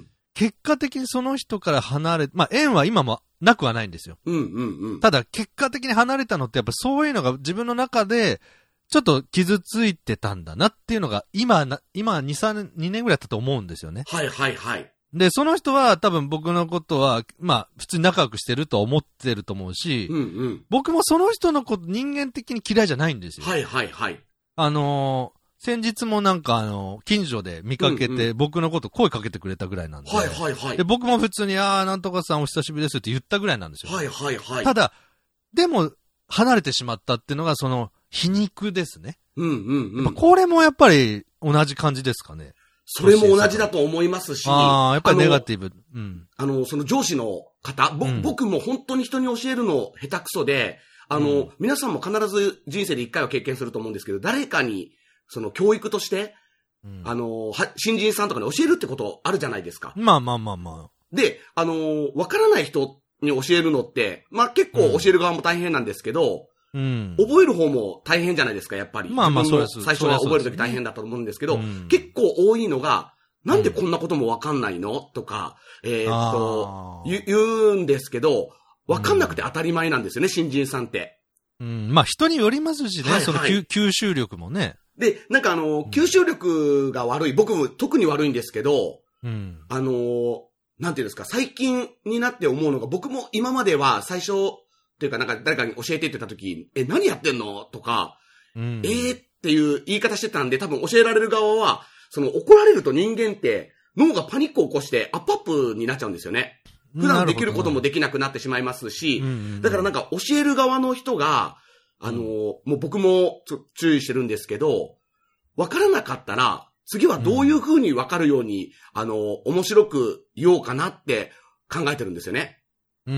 結果的にその人から離れ、まあ、縁は今もなくはないんですよ。 うんうんうん、 ただ、結果的に離れたのって、やっぱそういうのが自分の中で、ちょっと傷ついてたんだなっていうのが、今な、今に、さんねん、にねんぐらいだったと思うんですよね。 はいはいはい。 で、その人は多分僕のことは、まあ、普通に仲良くしてると思ってると思うし、 うんうん、 僕もその人のこと人間的に嫌いじゃないんですよ。 はいはいはい。 あのー、先日もなんかあの、近所で見かけて、僕のこと声かけてくれたぐらいなんで。 はいはいはい。 で、僕も普通に、あー、なんとかさんお久しぶりですって言ったぐらいなんですよ。 はいはいはい。 ただ、でも、離れてしまったっていうのが、その、皮肉ですね。 うんうんうん。 やっぱこれもやっぱり同じ感じですかね。 それも同じだと思いますし。 ああ、やっぱりネガティブ。うん。 あの、その上司の方、ぼ、うん、僕も本当に人に教えるの下手くそで、あの、うん、皆さんも必ず人生で一回は経験すると思うんですけど、誰かに、その教育として、うん、あの、は、新人さんとかに教えるってことあるじゃないですか。 まあまあまあまあ。 で、あの、わからない人に教えるのって、まあ結構教える側も大変なんですけど、 うん、 覚える方も大変じゃないですか、やっぱり。 まあまあそうです。 最初は覚えるとき大変だと思うんですけど、うん、結構多いのが、なんでこんなこともわかんないのとか、えー、っと言、言うんですけど、わかんなくて当たり前なんですよね、うん、新人さんって。 うん、まあ人によりますしね、はいはい、その吸収力もね。 で、なんかあの、吸収力が悪い、僕も特に悪いんですけど、 うん、 あの、なんていうんですか、最近になって思うのが、僕も今までは最初、というかなんか誰かに教えてって言った時、え、何やってんのとか、 うん、 えーっていう言い方してたんで、多分教えられる側は、その怒られると人間って脳がパニックを起こしてアップアップになっちゃうんですよね。普段できることもできなくなってしまいますし、だからなんか教える側の人が、あの、もう僕も注意してるんですけど、わからなかったら、次はどういう風にわかるように、あの、面白く言おうかなって考えてるんですよね。 うん。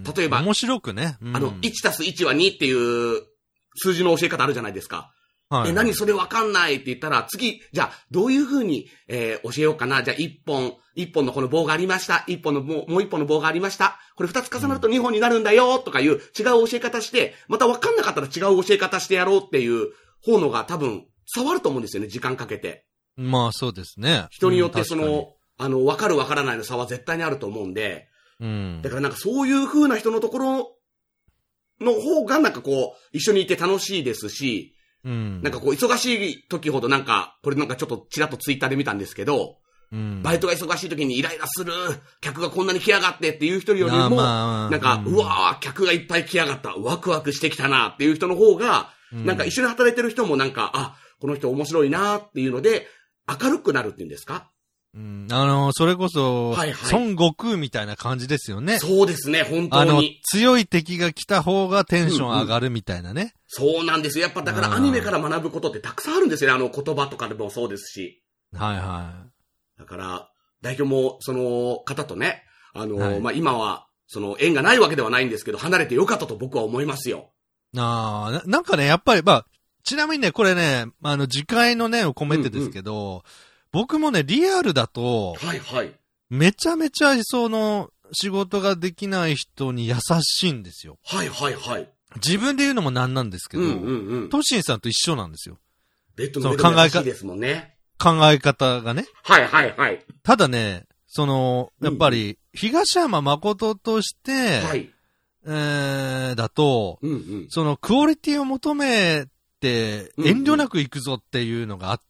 例えば、 面白くね。 あの、いちたすいちはにっていう数字の教え方あるじゃないですか。 はい、 え、何それわかんないって言ったら、次、じゃあ、どういう風に、えー、教えようかな。じゃあ、一本、一本のこの棒がありました。一本のもう、もう一本の棒がありました。これ二つ重なると二本になるんだよ、とかいう違う教え方して、またわかんなかったら違う教え方してやろうっていう方のが多分、伝わると思うんですよね、時間かけて。 まあ、そうですね。 人によってその、うん、あの、わかるわからないの差は絶対にあると思うんで、 うん。 だからなんかそういう風な人のところの方がなんかこう、一緒にいて楽しいですし、 うん。 なんかこう、忙しい時ほどなんか、これなんかちょっとちらっとツイッターで見たんですけど、 うん、 バイトが忙しい時にイライラする、客がこんなに来やがってっていう人よりも、 まあ、 なんか、うん、うわー、客がいっぱい来やがった、ワクワクしてきたなっていう人の方が、うん、なんか一緒に働いてる人もなんか、あ、この人面白いなっていうので、明るくなるっていうんですか？ うん、あの、それこそ、 はいはい、 孫悟空みたいな感じですよね。 そうですね、本当に。 あの、強い敵が来た方がテンション上がるみたいなね。 うんうん、そうなんですよ。やっぱだからアニメから学ぶことってたくさんあるんですよね。あの言葉とかでもそうですし。 はいはい。 だから、代表もその方とね、あの、 はい、 まあ、今は、その縁がないわけではないんですけど、離れてよかったと僕は思いますよ。 ああ、な、なんかね、やっぱり、まあ、ちなみにね、これね、あの、次回のね、を込めてですけど、うんうん、僕もね、リアルだと、 はいはい。 めちゃめちゃ、その、仕事ができない人に優しいんですよ。 はいはいはい。 自分で言うのもなんなんですけど、 うんうんうん、 トシンさんと一緒なんですよ。 ベッドの上でも優しいですもんね。 考え方がね。 はいはいはい。 ただね、その、やっぱり、東山誠として、 はい。 えー、だと、 うんうん、 その、クオリティを求めて、遠慮なく行くぞっていうのがあって、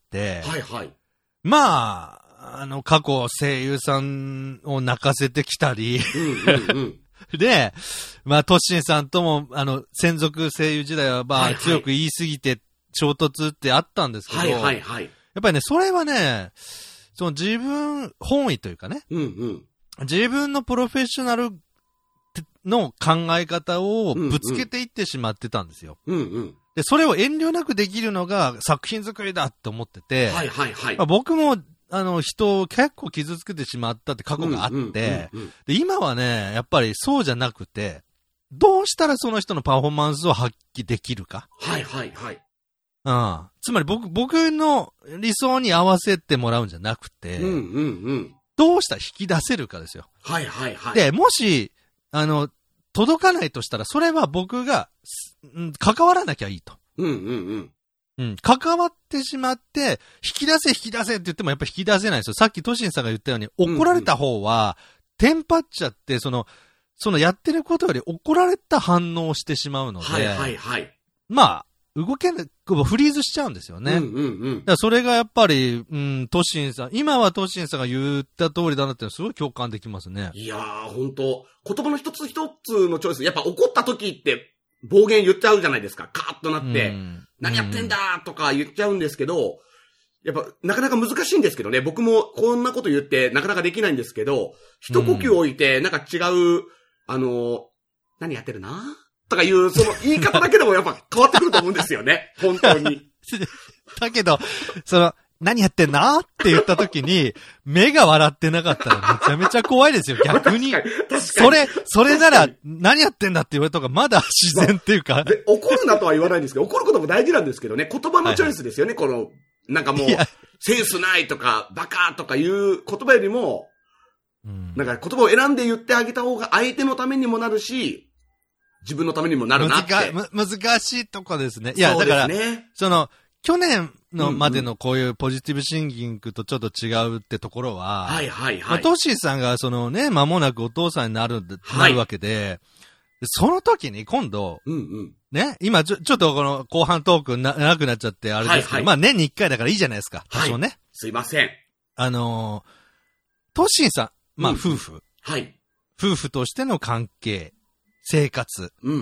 うんうん、はいはい。 まあ、あの、過去声優さんを泣かせてきたり、 うんうんうん、 で、まあ、トッシンさんとも、あの、専属声優時代は、まあ、はいはい、強く言い過ぎて衝突ってあったんですけど、 はいはいはい。 っぱりね、それはね、その自分本位というかね、 うんうん、 自分のプロフェッショナルの考え方をぶつけていってしまってたんですよ。 うんうん、 で、それを遠慮なくできるのが作品作りだって思ってて、 はいはいはい。 まあ、僕も、あの、人を結構傷つけてしまったって過去があって、うんうんうんうん、で、今はね、やっぱりそうじゃなくて、どうしたらその人のパフォーマンスを発揮できるか。 はいはいはい。 うん。つまり僕、僕の理想に合わせてもらうんじゃなくて、 うんうんうん、 どうしたら引き出せるかですよ。 はいはいはい。 で、もし、あの、届かないとしたら、それは僕が、関わらなきゃいいと。 うんうんうん。 うん。関わってしまって、引き出せ引き出せって言ってもやっぱ引き出せないんですよ。さっきトシンさんが言ったように、怒られた方は、テンパっちゃって、その、そのやってることより怒られた反応をしてしまうので、 はいはいはい。 まあ、動けない、フリーズしちゃうんですよね。 うんうんうん。 だからそれがやっぱり、うん、トシンさん、今はトシンさんが言った通りだなってすごい共感できますね。 いやー、ほんと、言葉の一つ一つのチョイス、やっぱ怒った時って暴言言っちゃうじゃないですか。カーッとなって、うん、何やってんだーとか言っちゃうんですけど、やっぱなかなか難しいんですけどね。僕もこんなこと言ってなかなかできないんですけど、一呼吸置いて、なんか違う、あのー、何やってるなとかいう、その言い方だけでもやっぱ変わってくると思うんですよね。本当に。 だけど、その、何やってんなって言った時に、目が笑ってなかったらめちゃめちゃ怖いですよ、逆に。 確かに確かにそれ、それなら、何やってんだって言われた方がまだ自然っていうか。 で、怒るなとは言わないんですけど、怒ることも大事なんですけどね、言葉のチョイスですよね、はいはい、この、なんかもう、センスないとか、バカとかいう言葉よりも、うん、なんか言葉を選んで言ってあげた方が相手のためにもなるし、自分のためにもなるなって。 難、難しいとこですね。いや、だから、その、去年のまでのこういうポジティブシンキングとちょっと違うってところは、 はいはいはい。 まあ、トッシーさんがそのね、間もなくお父さんになる、なるわけで、その時に今度、 うんうん、 ね、今ちょ、ちょっとこの後半トークな長くなっちゃってあれですけど、はいはい、まあ年に一回だからいいじゃないですか。多少ね、はい。 すいません。 あのー、トッシーさん、まあ夫婦、うん。 はい。 夫婦としての関係、生活。 うんうん。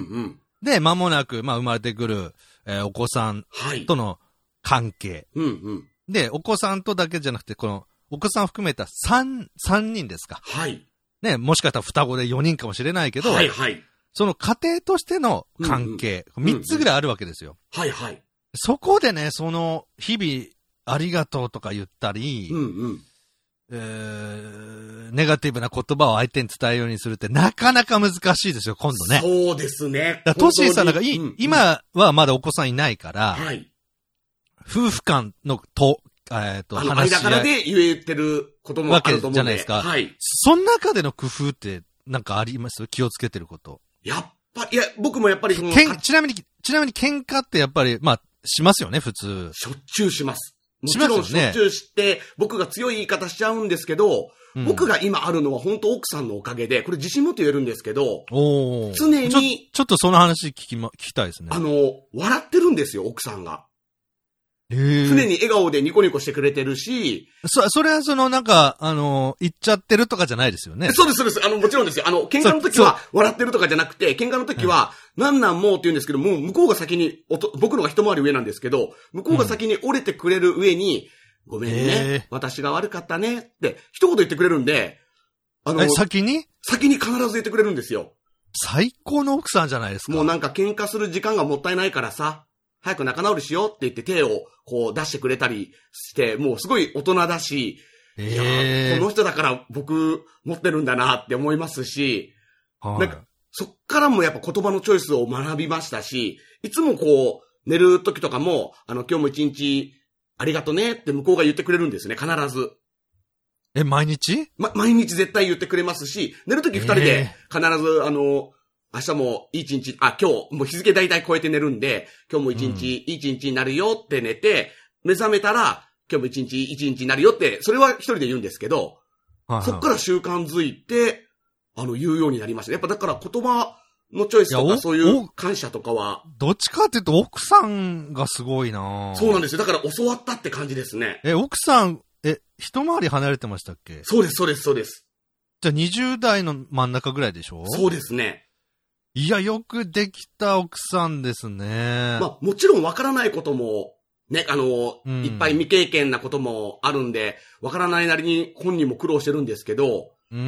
で、間もなく、まあ生まれてくる、えー、お子さんとの関係。 うんうん。 で、お子さんとだけじゃなくて、この、お子さんを含めた三、三人ですか。 はい。 ね、もしかしたら双子でよにんかもしれないけど、 はいはい。 その家庭としての関係、三、うんうん、つぐらいあるわけですよ。 はいはい。 そこでね、その、日々、ありがとうとか言ったり、 うんうん。 えー、ネガティブな言葉を相手に伝えるようにするってなかなか難しいですよ、今度ね。 そうですね。 だトシーさんなんかい、うんうん、今はまだお子さんいないから、 はい。 夫婦間のと、えっ、ー、と、 話し合い。間柄で言えてることもあると思うんで。 わけじゃないですか。 はい。 その中での工夫ってなんかあります？気をつけてること。 やっぱ、いや、僕もやっぱりその、 けん、ちなみに、ちなみに喧嘩ってやっぱり、まあ、しますよね、普通。 しょっちゅうします。もちろんしょっちゅうして、僕が強い言い方しちゃうんですけど、うん、僕が今あるのは本当奥さんのおかげで、これ自信持って言えるんですけど、 お常にちょ、ちょっとその話聞きま、聞きたいですね。 あの、笑ってるんですよ、奥さんが。 へー。 常に笑顔でニコニコしてくれてるし、 そ、それはそのなんか、あの、言っちゃってるとかじゃないですよね。 そうです、そうです。あの、もちろんですよ。あの、喧嘩の時は笑ってるとかじゃなくて、喧嘩の時は、なんなんもうって言うんですけど、もう向こうが先におと、僕のが一回り上なんですけど、向こうが先に折れてくれる上に、うん、ごめんね、私が悪かったねって一言言ってくれるんで、 あの、先に先に必ず言ってくれるんですよ。 最高の奥さんじゃないですか。 もうなんか喧嘩する時間がもったいないからさ、早く仲直りしようって言って手をこう出してくれたりして、もうすごい大人だし、 えー、 いやこの人だから僕持ってるんだなって思いますし、はい、なんかそっからもやっぱ言葉のチョイスを学びましたし、いつもこう寝る時とかも、あの今日も一日ありがとねって向こうが言ってくれるんですね、必ず。 え、毎日？ ま、毎日絶対言ってくれますし、寝る時二人で必ず、あの、明日もいい一日、あ、今日、もう日付大体超えて寝るんで、今日も一日、うん、いい一日になるよって寝て、目覚めたら、今日も一日、一日になるよって、それは一人で言うんですけど、はいはい、そっから習慣づいて、あの、言うようになりました。やっぱだから言葉のチョイスとか、そういう感謝とかは。 どっちかっていうと奥さんがすごいな。 そうなんですよ。だから教わったって感じですね。 え、奥さん、え、一回り離れてましたっけ？ そうです、そうです、そうです。 じゃあにじゅう代の真ん中ぐらいでしょ？ そうですね。 いや、よくできた奥さんですね。 まあ、もちろんわからないこともね、あの、うん、いっぱい未経験なこともあるんで、わからないなりに本人も苦労してるんですけど、 うんうん。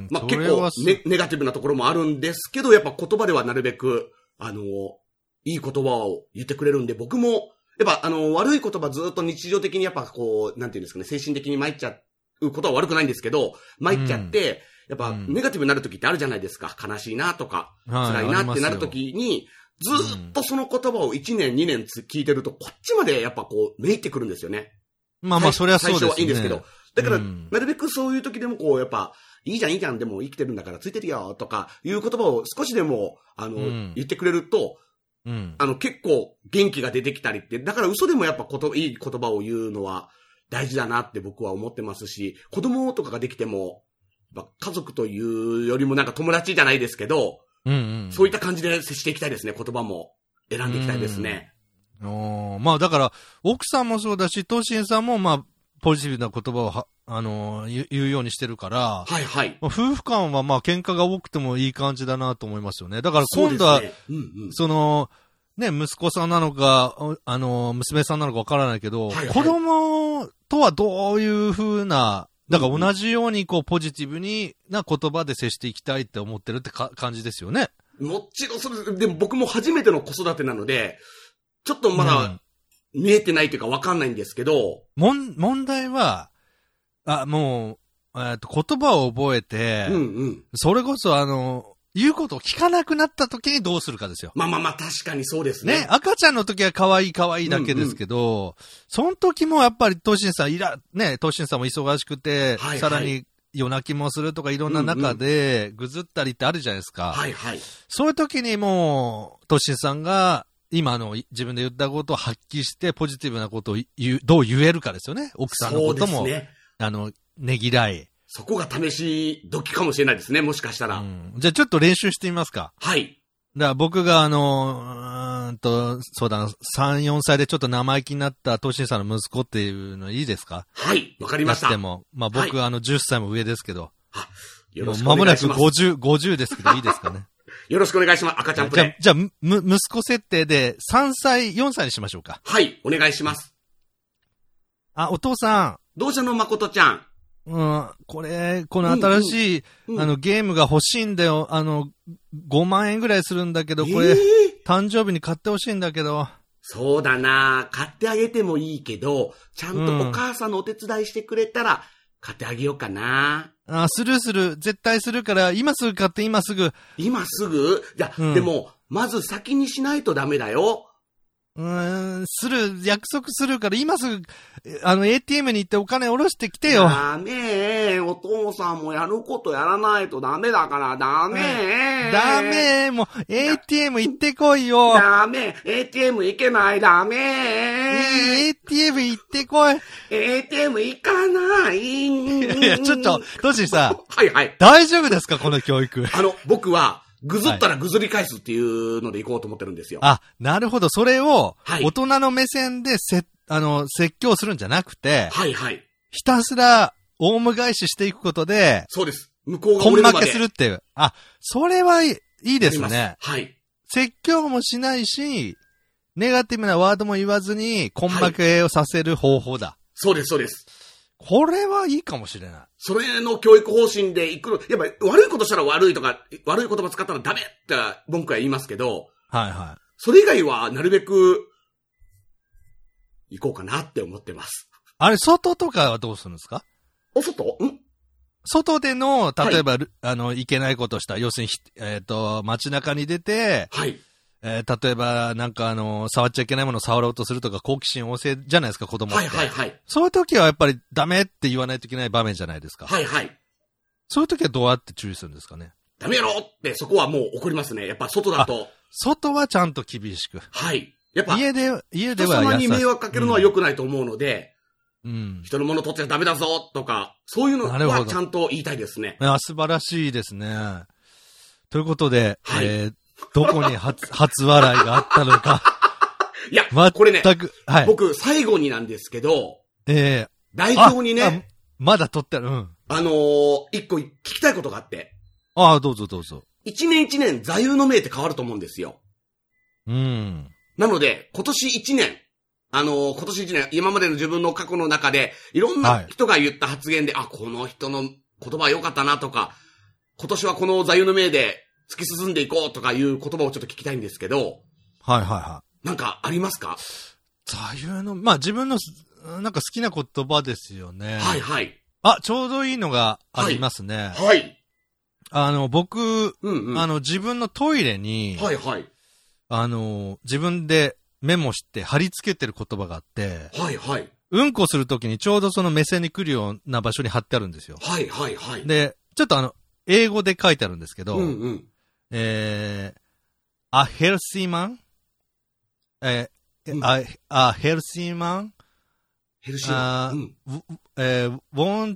まあ、結構ネ、ネガティブなところもあるんですけど、やっぱ言葉ではなるべく、あの、いい言葉を言ってくれるんで、僕も、やっぱあの、悪い言葉ずっと日常的にやっぱこう、なんていうんですかね、精神的に参っちゃうことは悪くないんですけど、参っちゃって、うん、やっぱネガティブになる時ってあるじゃないですか。悲しいなとか、辛いなってなる時に、ずっとその言葉をいちねん、にねん聞いてると、こっちまでやっぱこう、めいってくるんですよね。 まあまあ、それはそうですね。 最初はいいんですけど。だから、なるべくそういう時でもこう、やっぱ、いいじゃんいいじゃん、でも生きてるんだからついてるよ、とか、いう言葉を少しでも、あの、うん、言ってくれると、うん、あの、結構元気が出てきたりって、だから嘘でもやっぱこと、いい言葉を言うのは大事だなって僕は思ってますし、子供とかができても、やっぱ家族というよりもなんか友達じゃないですけど、うんうん、そういった感じで接していきたいですね。言葉も選んでいきたいですね。 うん、おまあだから、奥さんもそうだし、トシンさんもまあ、ポジティブな言葉をは、あのー、言うようにしてるから、 はいはい。 まあ、夫婦間はまあ喧嘩が多くてもいい感じだなと思いますよね。だから今度は、そ、ねうんうん、その、ね、息子さんなのか、あのー、娘さんなのかわからないけど、はいはい、子供とはどういう風な、だから同じようにこうポジティブにな言葉で接していきたいって思ってるってか感じですよね。 もちろんそれでも僕も初めての子育てなので、ちょっとまだ見えてないというかわかんないんですけど、 もん問題はあもうえっと言葉を覚えて、うんうん、それこそあの言うことを聞かなくなった時にどうするかですよ。 まあまあまあ確かにそうですね。 ね、赤ちゃんの時は可愛い可愛いだけですけど、うんうん、その時もやっぱりトシンさんいらね、トシンさんも忙しくて、はいはい、さらに夜泣きもするとかいろんな中でぐずったりってあるじゃないですか。 はいはい。 そういう時にもうトシンさんが今の自分で言ったことを発揮してポジティブなことを言う、どう言えるかですよね。奥さんのことも、そうですね、あのねぎらい。 そこが試し時かもしれないですね、もしかしたら。うん、 じゃあちょっと練習してみますか。 はい。 だから僕があの、うーんと、そうだな、さん、よんさいでちょっと生意気になったトシンさんの息子っていうのいいですか？ はい、わかりました。 でも、まあ僕は、はい、あのじゅっさいも上ですけど。 あ、よろしくお願いします。 もう間もなくごじゅう、ごじゅうですけどいいですかね。 よろしくお願いします。赤ちゃんプレイ。 じゃあ、じゃあ、む、息子設定でさんさい、よんさいにしましょうか。 はい、お願いします。 あ、お父さん。 どうしたの、誠ちゃん。 うん、これ、この新しい、うんうん、あの、ゲームが欲しいんだよ。あの、ごまんえんぐらいするんだけど、これ、えー、誕生日に買ってほしいんだけど。 そうだな、買ってあげてもいいけど、ちゃんとお母さんのお手伝いしてくれたら、買ってあげようかな。 あ、するする。絶対するから、今すぐ買って、今すぐ。 今すぐ？いや、うん、でも、まず先にしないとダメだよ。 うーん、する、約束するから、今すぐ、あの、エーティーエム に行ってお金下ろしてきてよ。 ダメー。お父さんもやることやらないとダメだから、ダメー。 ダメー。もう、エーティーエム 行ってこいよ。 ダメ。エーティーエム 行けない。ダメー。 エーティーエム 行ってこい。 エーティーエム 行かない。いやいや、ちょっと、トシさん。 はいはい。 大丈夫ですか、この教育。 あの、僕は、ぐずったらぐずり返すっていうので行こうと思ってるんですよ。 あ、なるほど。それを、大人の目線でせ、あの、説教するんじゃなくて、 はいはい。 ひたすら、オウム返ししていくことで、 そうです。向こうが俺のまで。 根負けするっていう。あ、それはいい、いいですね。 はい。 説教もしないし、ネガティブなワードも言わずに、根負けをさせる方法だ。はい、 そうです、そうです。 これはいいかもしれない。 それの教育方針で行く、やっぱ悪いことしたら悪いとか、悪い言葉使ったらダメって文句は言いますけど、 はいはい。 それ以外はなるべく行こうかなって思ってます。 あれ、外とかはどうするんですか？ お外？ん？ 外での、例えば、はい、あの、いけないことした。要するに、えっと、街中に出て、 はい。 えー、例えば、なんかあの、触っちゃいけないものを触ろうとするとか、好奇心旺盛じゃないですか、子供って。 はいはいはい。 そういう時はやっぱりダメって言わないといけない場面じゃないですか。 はいはい。 そういう時はどうやって注意するんですかね。 ダメやろってそこはもう怒りますね。やっぱ外だと。 外はちゃんと厳しく。 はい。やっぱ。 家で、家では人様に迷惑かけるのは良くないと思うので、 うん。 人のもの取っちゃダメだぞとか、そういうのはちゃんと言いたいですね。 いや、素晴らしいですね。ということで、はい、えーどこに初、初笑いがあったのか。 いや、これね、 はい、 僕、最後になんですけど、 ええー、 代表にね、 まだ撮ってある、うん。 あのー、一個聞きたいことがあって。 ああ、どうぞどうぞ。 一年一年座右の銘って変わると思うんですよ。 うん。 なので、今年一年、 あの、今年一年、今までの自分の過去の中で、いろんな人が言った発言で、はい、あ、この人の言葉良かったなとか、今年はこの座右の銘で突き進んでいこうとかいう言葉をちょっと聞きたいんですけど。 はいはいはい。 なんかありますか？ 座右の、まあ自分の、なんか好きな言葉ですよね。 はいはい。 あ、ちょうどいいのがありますね。 はい。はい、 あの、僕、 うんうん、 あの、自分のトイレに、 はいはい。 あの、自分でメモして貼り付けてる言葉があって、 はいはい。 うんこするときにちょうどその目線に来るような場所に貼ってあるんですよ。 はいはいはい。 で、ちょっとあの、英語で書いてあるんですけど、 うんうん、 えー、a healthy man? えー、うん、a, a healthy man? ヘルシーマン。うん、 えー、wants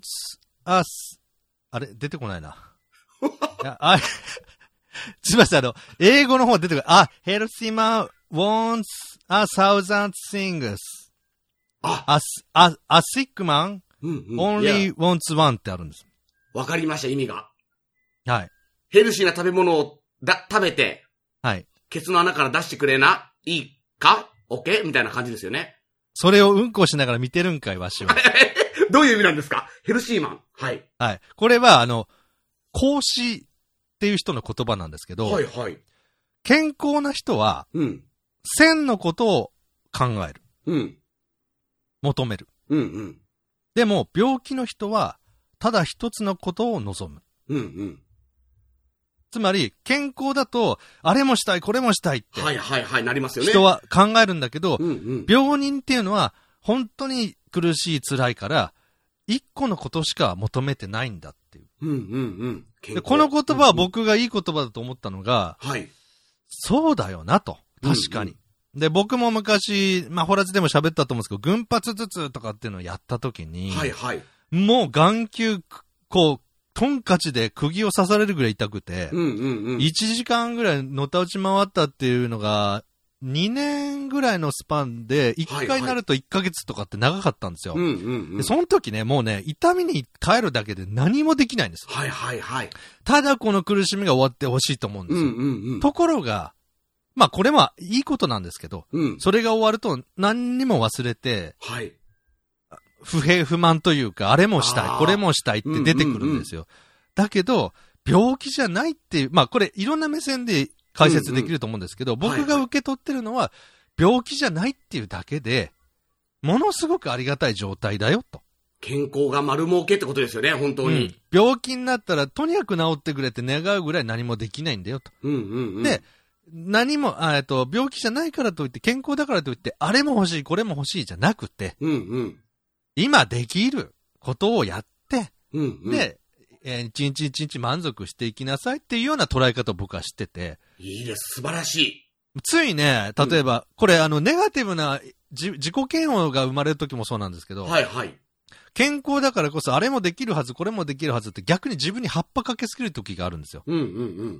us, あれ出てこないな。あすみません、あの、英語の方出てくる。あ、healthy man wants a thousand things. あ、 a, a, a sick man、 うんうん、 only wants one ってあるんです。 わかりました、意味が。 はい。 ヘルシーな食べ物をだ食べて、 はい。 ケツの穴から出してくれな、いいか ?OK? みたいな感じですよね。 それをうんこしながら見てるんかい、わしは。 どういう意味なんですか？ヘルシーマン。はい。 はい。これは、あの、孔子っていう人の言葉なんですけど、 はいはい。 健康な人は、 うん。 千のことを考える。 うん。 求める。 うんうん。 でも、病気の人は、ただ一つのことを望む。 うんうん。 つまり、健康だと、あれもしたい、これもしたいって。 はいはいはい、なりますよね。 人は考えるんだけど、 うんうん、 病人っていうのは、本当に苦しい、辛いから、一個のことしか求めてないんだっていう。 うんうんうん。 でこの言葉は僕がいい言葉だと思ったのが、 はい。 そうだよなと。確かに。うんうん、で、僕も昔、まあ、ホラジでも喋ったと思うんですけど、群発頭痛とかっていうのをやった時に、 はいはい。 もう眼球、こう、トンカチで釘を刺されるぐらい痛くて、 うんうんうん、 いちじかんぐらいのたうち回ったっていうのが、にねんぐらいのスパンで、いっかいになるといっかげつとかって長かったんですよ。 はいはい、うんうんうん、 でその時ね、もうね、痛みに耐えるだけで何もできないんです。 はいはいはい。 ただこの苦しみが終わってほしいと思うんですよ。 うんうんうん、 ところが、まあこれはいいことなんですけど、 うん、 それが終わると何にも忘れて、 はい、 不平不満というか、あれもしたい、これもしたいって出てくるんですよ。うんうんうん、だけど、病気じゃないっていう、まあこれいろんな目線で解説できると思うんですけど、うんうん、僕が受け取ってるのは、病気じゃないっていうだけで、ものすごくありがたい状態だよと。 健康が丸儲けってことですよね、本当に。うん、 病気になったら、とにかく治ってくれって願うぐらい何もできないんだよと。 うんうんうん、 で、何も、えっと、病気じゃないからといって、健康だからといって、あれも欲しい、これも欲しいじゃなくて、 うんうん、 今できることをやって、 うんうん、 で、えー、一日一日満足していきなさいっていうような捉え方を僕は知ってて。 いいです、素晴らしい。 ついね、例えば、うん、これあの、ネガティブな自己嫌悪が生まれる時もそうなんですけど、 はいはい。 健康だからこそ、あれもできるはず、これもできるはずって逆に自分に葉っぱかけすぎる時があるんですよ。 うんうんうん。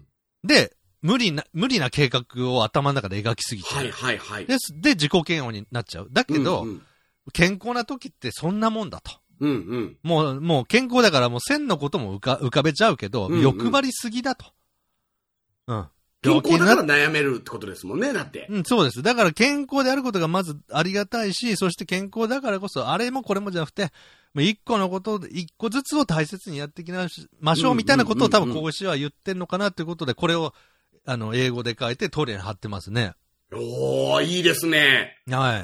で、無理な、無理な計画を頭の中で描きすぎて。 はいはいはい。 で、で自己嫌悪になっちゃう。だけど、 うんうん、 健康な時ってそんなもんだと。 うんうん。 もう、もう健康だからもう線のことも浮か浮かべちゃうけど、うんうん、欲張りすぎだと。うん。 健康だから悩めるってことですもんね、だって。 うん、そうです。だから健康であることがまずありがたいし、そして健康だからこそ、あれもこれもじゃなくて、一個のことで、一個ずつを大切にやっていきましょうみたいなことを多分講師は言ってんのかなということで、これを、あの、英語で書いてトイレに貼ってますね。 おー、いいですね。 はい。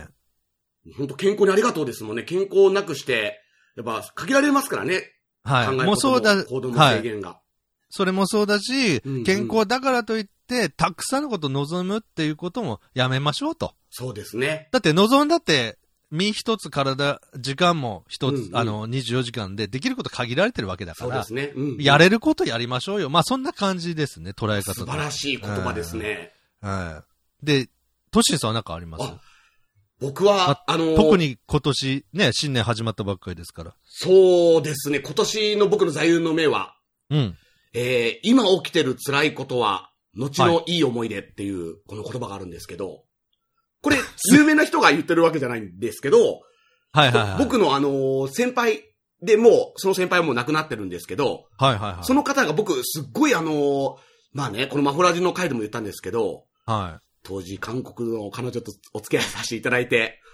本当健康にありがとうですもんね。健康をなくして、やっぱ限られますからね。 はい。 考えもうそうだ、 行動の制限が。はい。 それもそうだし、 うんうん、 健康だからといって、たくさんのことを望むっていうこともやめましょうと。 そうですね。 だって望んだって、身一つ体、時間も一つ、 うんうん、 あの、にじゅうよじかんでできること限られてるわけだから。 そうですね。うんうん、 やれることやりましょうよ。まあそんな感じですね、捉え方と。 素晴らしい言葉ですね。 はい。で、トシンさんは何かあります？ 僕は、あ、あのー、 特に今年ね、新年始まったばっかりですから。 そうですね。今年の僕の座右の銘は、 うん。 えー、今起きてる辛いことは、後のいい思い出っていう、この言葉があるんですけど、これ、有名な人が言ってるわけじゃないんですけど、 はいはいはい。 僕のあのー、先輩でもう、その先輩はもう亡くなってるんですけど、 はいはいはい。 その方が僕、すっごいあのー、まあね、このマホラジの回でも言ったんですけど、 はい。 当時韓国の彼女とお付き合いさせていただいて、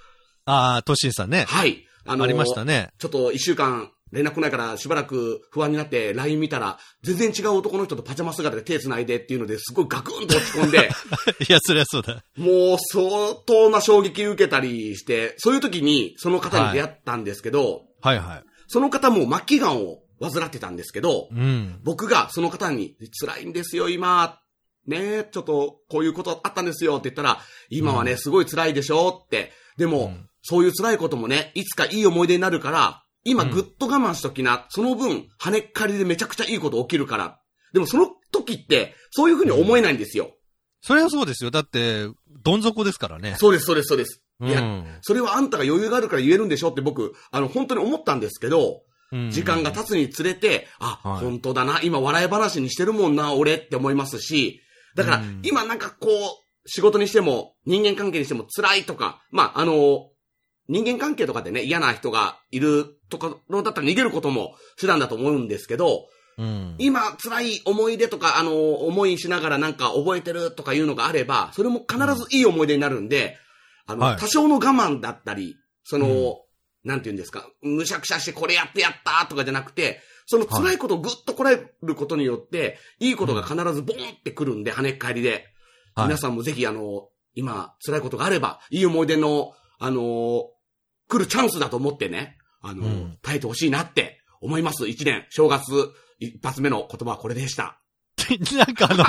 ああ、トッシンさんね。 はい。 あのー、ありましたね。 ちょっと一週間連絡来ないからしばらく不安になって ライン 見たら、全然違う男の人とパジャマ姿で手繋いでっていうのですごいガクンと落ち込んで。 いや、そりゃそうだ。 もう相当な衝撃受けたりして、そういう時にその方に出会ったんですけど、 はい、はいはい。 その方も末期癌を患ってたんですけど、 うん、 僕がその方に辛いんですよ、今。ね、ちょっとこういうことあったんですよって言ったら、今はね、うん、すごい辛いでしょって。でも、うん、そういう辛いこともね、いつかいい思い出になるから、今ぐっと我慢しときな。うん、その分、跳ねっかりでめちゃくちゃいいこと起きるから。でもその時って、そういうふうに思えないんですよ。うん、 それはそうですよ。だって、どん底ですからね。 そうです、そうです、そうです。 いや、うん、それはあんたが余裕があるから言えるんでしょって僕、あの、本当に思ったんですけど、うん、時間が経つにつれて、あ、はい、本当だな、今笑い話にしてるもんな、俺って思いますし、だから、今なんかこう、仕事にしても、人間関係にしても辛いとか、まあ、あの、人間関係とかでね、嫌な人がいるとかのだったら逃げることも手段だと思うんですけど、うん、今辛い思い出とか、あの、思いしながらなんか覚えてるとかいうのがあれば、それも必ずいい思い出になるんで、あの、はい、多少の我慢だったり、その、うん、なんて言うんですか、むしゃくしゃしてこれやってやったとかじゃなくて、その辛いことをぐっとこらえることによって、いいことが必ずボーンってくるんで、跳ねっ返りで。はい、皆さんもぜひあの、今辛いことがあれば、いい思い出の、あの、来るチャンスだと思ってね、あの、うん、耐えてほしいなって思います。一年、正月、一発目の言葉はこれでした。 なんかあの、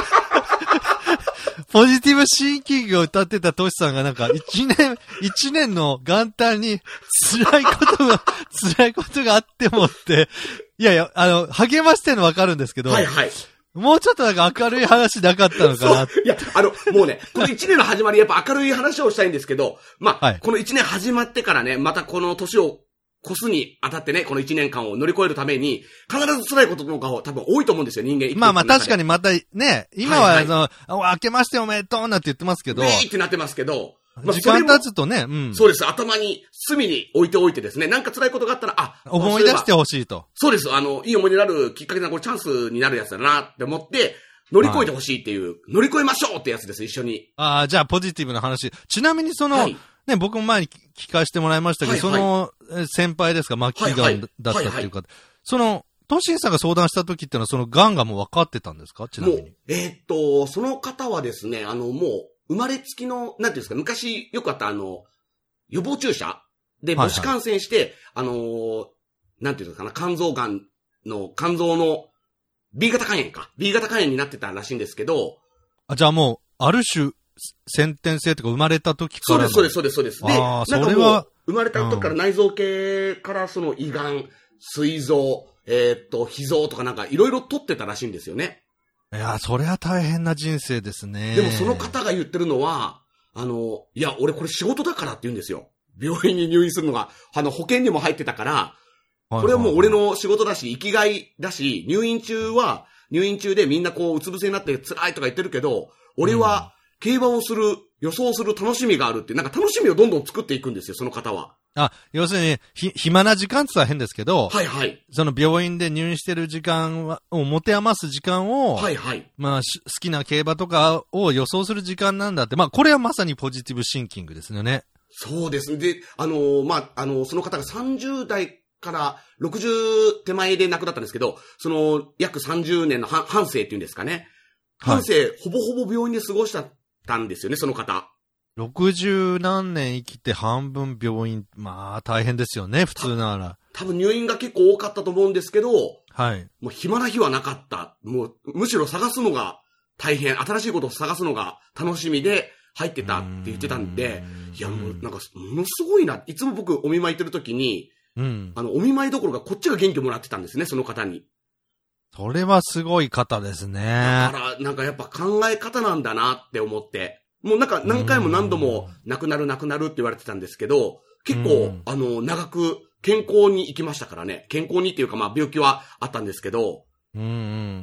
ポジティブシンキングを歌ってたトシさんがなんか一年、一年の元旦に辛いことが、辛いことがあってもって、いやいや、あの、励ましてるのわかるんですけど、 はいはい。 もうちょっとなんか明るい話なかったのかな。 いや、あの、もうね、この一年の始まりやっぱ明るい話をしたいんですけど、まあ、はい、この一年始まってからね、またこの年を越すにあたってね、この一年間を乗り越えるために、必ず辛いことの方多分多いと思うんですよ、人間。 まあまあ確かにまたね、今は、はいはい、あの、明けましておめでとうなんて言ってますけど。 ウィーってなってますけど、 まあ、時間経つとね、うん。 そうです。頭に、隅に置いておいてですね、なんか辛いことがあったら、あ、 思い出してほしいと。 そうです。あの、いい思い出になるきっかけな、これチャンスになるやつだなって思って、乗り越えてほしいっていう、はい、乗り越えましょうってやつです、一緒に。 ああ、じゃあポジティブな話。ちなみにその、はい、ね、僕も前に聞かせてもらいましたけど、はいはい、その先輩ですか、末期がんだったっていうか、その、トシンさんが相談した時ってのは、そのがんがもう分かってたんですか、ちなみに。もう、 えー、っと、その方はですね、あの、もう、生まれつきの、なんていうんですか、昔よくあったあの、予防注射で母子感染して、はいはい、あのー、なんていうんですかな、肝臓がんの、肝臓の B 型肝炎か。B 型肝炎になってたらしいんですけど。 あ、じゃあもう、ある種、先天性とか生まれた時からの。 そうです、そうです、そうです、そうです。で、 あそれは生まれた時から内臓系からその胃がん、膵臓、えー、っと、脾臓とかなんかいろいろ取ってたらしいんですよね。 いや、それは大変な人生ですね。 でもその方が言ってるのは、あの、いや、俺これ仕事だからって言うんですよ。病院に入院するのが、あの、保険にも入ってたから、これはもう俺の仕事だし、生きがいだし、入院中は、入院中でみんなこう、うつ伏せになって辛いとか言ってるけど、俺は競馬をする、予想する楽しみがあるって、なんか楽しみをどんどん作っていくんですよ、その方は。 あ、要するに、ひ、暇な時間って言ったら変ですけど、 はいはい。 その病院で入院してる時間を持て余す時間を、 はいはい。 まあ、好きな競馬とかを予想する時間なんだって、まあ、これはまさにポジティブシンキングですよね。 そうですね。で、あのー、まあ、あのー、その方がさんじゅう代からろくじゅう手前で亡くなったんですけど、その、約さんじゅうねんの半生っていうんですかね。半生、はい、ほぼほぼ病院で過ごしたんですよね、その方。 ろくじゅう何年生きて半分病院、まあ大変ですよね、普通なら。 多分入院が結構多かったと思うんですけど、 はい。 もう暇な日はなかった。もう、むしろ探すのが大変、新しいことを探すのが楽しみで入ってたって言ってたんで、んいやもうなんか、ものすごいな。いつも僕お見舞い行ってる時に、うん、あの、お見舞いどころかこっちが元気もらってたんですね、その方に。 それはすごい方ですね。 だから、なんかやっぱ考え方なんだなって思って。もうなんか何回も何度も亡くなる亡くなるって言われてたんですけど、結構、あの、長く健康に生きましたからね。健康にっていうかまあ病気はあったんですけど。 うんうん。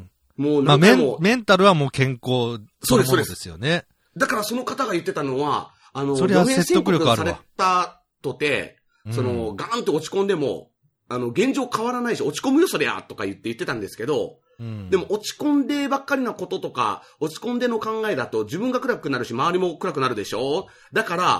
もう何回も、まあ、メン、メンタルはもう健康そのものですよね。 だからその方が言ってたのは、あの、 それは説得力あるわ。 されたとて、その、ガーンと落ち込んでも、あの、現状変わらないし、落ち込むよそりゃとか言って言ってたんですけど、うん、でも落ち込んでばっかりなこととか、落ち込んでの考えだと自分が暗くなるし、周りも暗くなるでしょ。だから、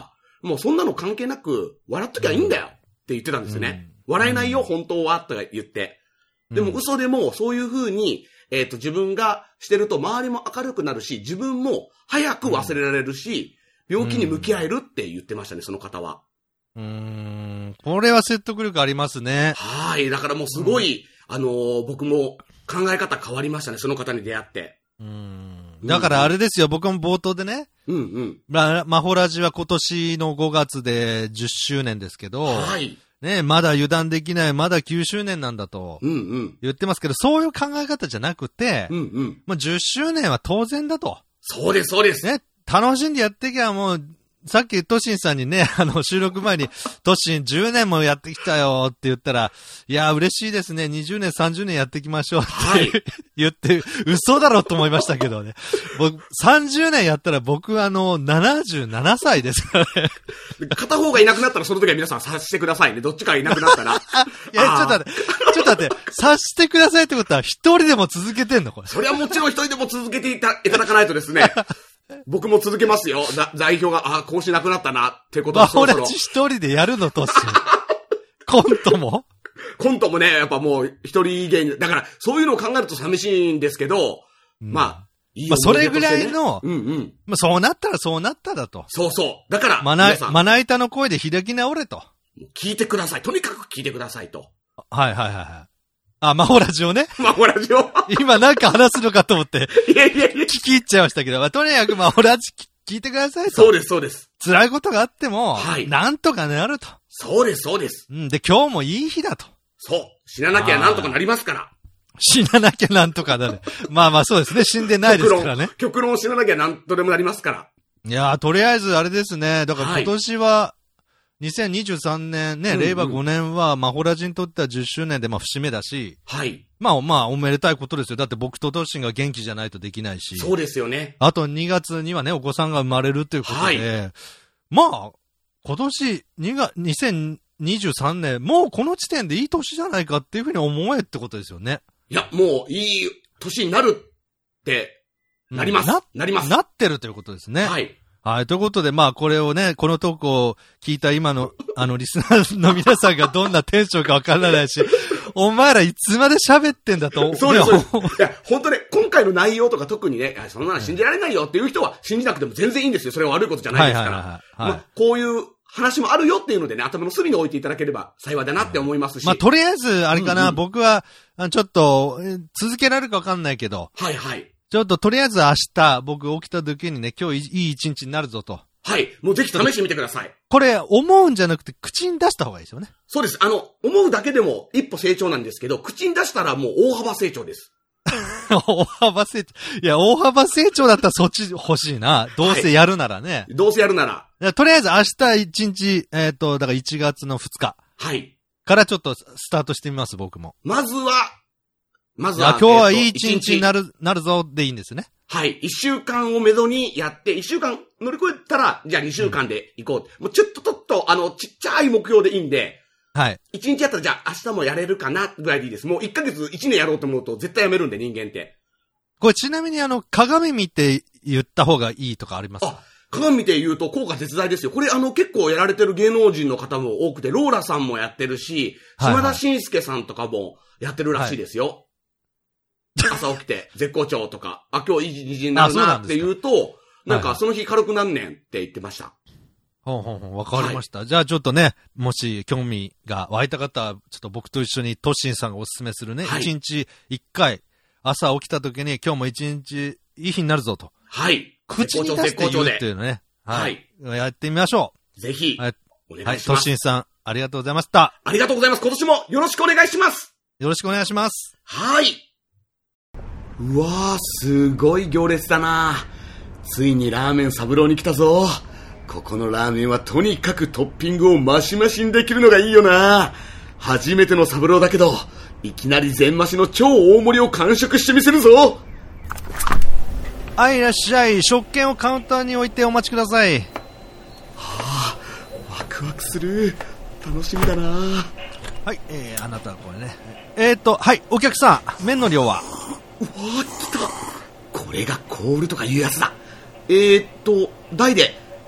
もうそんなの関係なく、笑っときゃいいんだよって言ってたんですよね。うん、笑えないよ、本当は、とか言って。でも嘘でもそういう風に、えっと、自分がしてると周りも明るくなるし、自分も早く忘れられるし、病気に向き合えるって言ってましたね、その方は。 うーん。これは説得力ありますね。 はい。だからもうすごい、うん、あのー、僕も考え方変わりましたね、その方に出会って。 うーん。だからあれですよ、僕も冒頭でね。 うんうん。 ま、マホラジは今年のごがつでじゅっしゅうねんですけど。 はい。 ね、まだ油断できない、まだきゅうしゅうねんなんだと言ってますけど、うんうん、そういう考え方じゃなくて、 うんうん、 もうじゅっしゅうねんは当然だと。 そうです、そうです。 ね、楽しんでやってきゃもう、さっきトシンさんにね、あの収録前に、トシンじゅうねんもやってきたよって言ったら、いや、嬉しいですね、にじゅうねん、さんじゅうねんやってきましょうって、はい、言って、嘘だろと思いましたけどね。僕、さんじゅうねんやったら僕あの、ななじゅうななさいですからね。 片方がいなくなったらその時は皆さん察してくださいね。どっちかいなくなったら。いや、ちょっと待って、ちょっと待って、察してくださいってことは一人でも続けてんのこれ。 それはもちろん一人でも続けていた、いただかないとですね。僕も続けますよ。代表が、あ、講師なくなったな、ってことはそろそろ。 マホラジ一人でやるのとし。コントもコントもね、やっぱもう一人芸人。だから、そういうのを考えると寂しいんですけど、うん、まあ、いいまあ、それぐらいの、 うんうん。 まあ、そうなったらそうなっただと。 そうそう。だから、 まな、まな板の声で開き直れと。 聞いてください。とにかく聞いてくださいと。 はいはいはいはい。あ、マホラジオね。 マホラジオ。 今なんか話すのかと思って。 いやいやいや。 聞き入っちゃいましたけど、まあ、とにかくマホラジ聞いてくださいと。 そうです、そうです。 辛いことがあっても、 はい。 なんとかなると。 そうです、そうです。 うん。で、今日もいい日だと。 そう。死ななきゃなんとかなりますから。 死ななきゃなんとかだね。まあまあそうですね。死んでないですからね。 極論死ななきゃなんとでもなりますから。 いやー、とりあえずあれですね。だから今年は、にせんにじゅうさんねんね、うんうん、令和ごねんは、マホラジにとってはじゅっしゅうねんで、まあ節目だし。 はい。 まあまあ、おめでたいことですよ。だって僕とトシンが元気じゃないとできないし。 そうですよね。 あとにがつにはね、お子さんが生まれるということで。はい、まあ、今年にが、にせんにじゅうさんねん、もうこの時点でいい年じゃないかっていうふうに思えってことですよね。 いや、もういい年になるって、なります。な、なります。 なってるということですね。 はい。 はい。ということで、まあ、これをね、このトークを聞いた今の、あの、リスナーの皆さんがどんなテンションかわからないし、お前らいつまで喋ってんだと。 そうです。いや、本当ね、今回の内容とか特にね、そんなの信じられないよっていう人は信じなくても全然いいんですよ。それは悪いことじゃないですから。はいはいはいはい、まあ、こういう話もあるよっていうのでね、頭の隅に置いていただければ幸いだなって思いますし。 まあ、とりあえず、あれかな、うんうん、僕は、ちょっと、続けられるかわかんないけど。 はいはい。 ちょっととりあえず明日、僕起きた時にね、今日いい一日になるぞと。 はい。もうぜひ試してみてください。 これ、思うんじゃなくて、口に出した方がいいですよね。 そうです。あの、思うだけでも一歩成長なんですけど、口に出したらもう大幅成長です。 大幅成長。いや、大幅成長だったらそっち欲しいな。どうせやるならね。 はい、どうせやるなら。 とりあえず明日一日、えっと、だからいちがつのふつか。 はい。 からちょっとスタートしてみます、僕も。 まずは、まずは。 いや、今日はいい一日になる、なるぞでいいんですね。 はい。一週間をめどにやって、一週間乗り越えたら、じゃあ二週間で行こう。うん、もうちょっとちょっと、あの、ちっちゃい目標でいいんで、 はい。 一日やったらじゃあ明日もやれるかなぐらいでいいです。もう一ヶ月一年やろうと思うと絶対やめるんで、人間って。 これちなみにあの、鏡見て言った方がいいとかありますか？ あ、鏡見て言うと効果絶大ですよ。これあの、結構やられてる芸能人の方も多くて、ローラさんもやってるし、島田紳介さんとかもやってるらしいですよ。はい朝起きて、絶好調とか、あ、今日いい日になるなって言うと、なんかその日軽くなんねんって言ってました。 ほんほんほん、わかりました。はい、じゃあちょっとね、もし興味が湧いた方は、ちょっと僕と一緒にトッシンさんがおすすめするね、はい、一日一回、朝起きた時に今日も一日いい日になるぞと。 はい。 口に出して言うっていうのね。はい。はい、やってみましょう。ぜひ、はい、お願いします。はい、 トッシンさん、ありがとうございました。 ありがとうございます。今年もよろしくお願いします。 よろしくお願いします。 はい。うわー、すごい行列だな。ついにラーメン三郎に来たぞ。ここのラーメンはとにかくトッピングをマシマシにできるのがいいよな。初めての三郎だけど、いきなり全増しの超大盛りを完食してみせるぞ。 はい、いらっしゃい。食券をカウンターに置いてお待ちください。はあ、ワクワクする。楽しみだな。 はい、えー、あなたはこれね。えーと、はい、お客さん、麺の量は？ うわー、来た。これがコールとかいうやつだ。えーっと、大で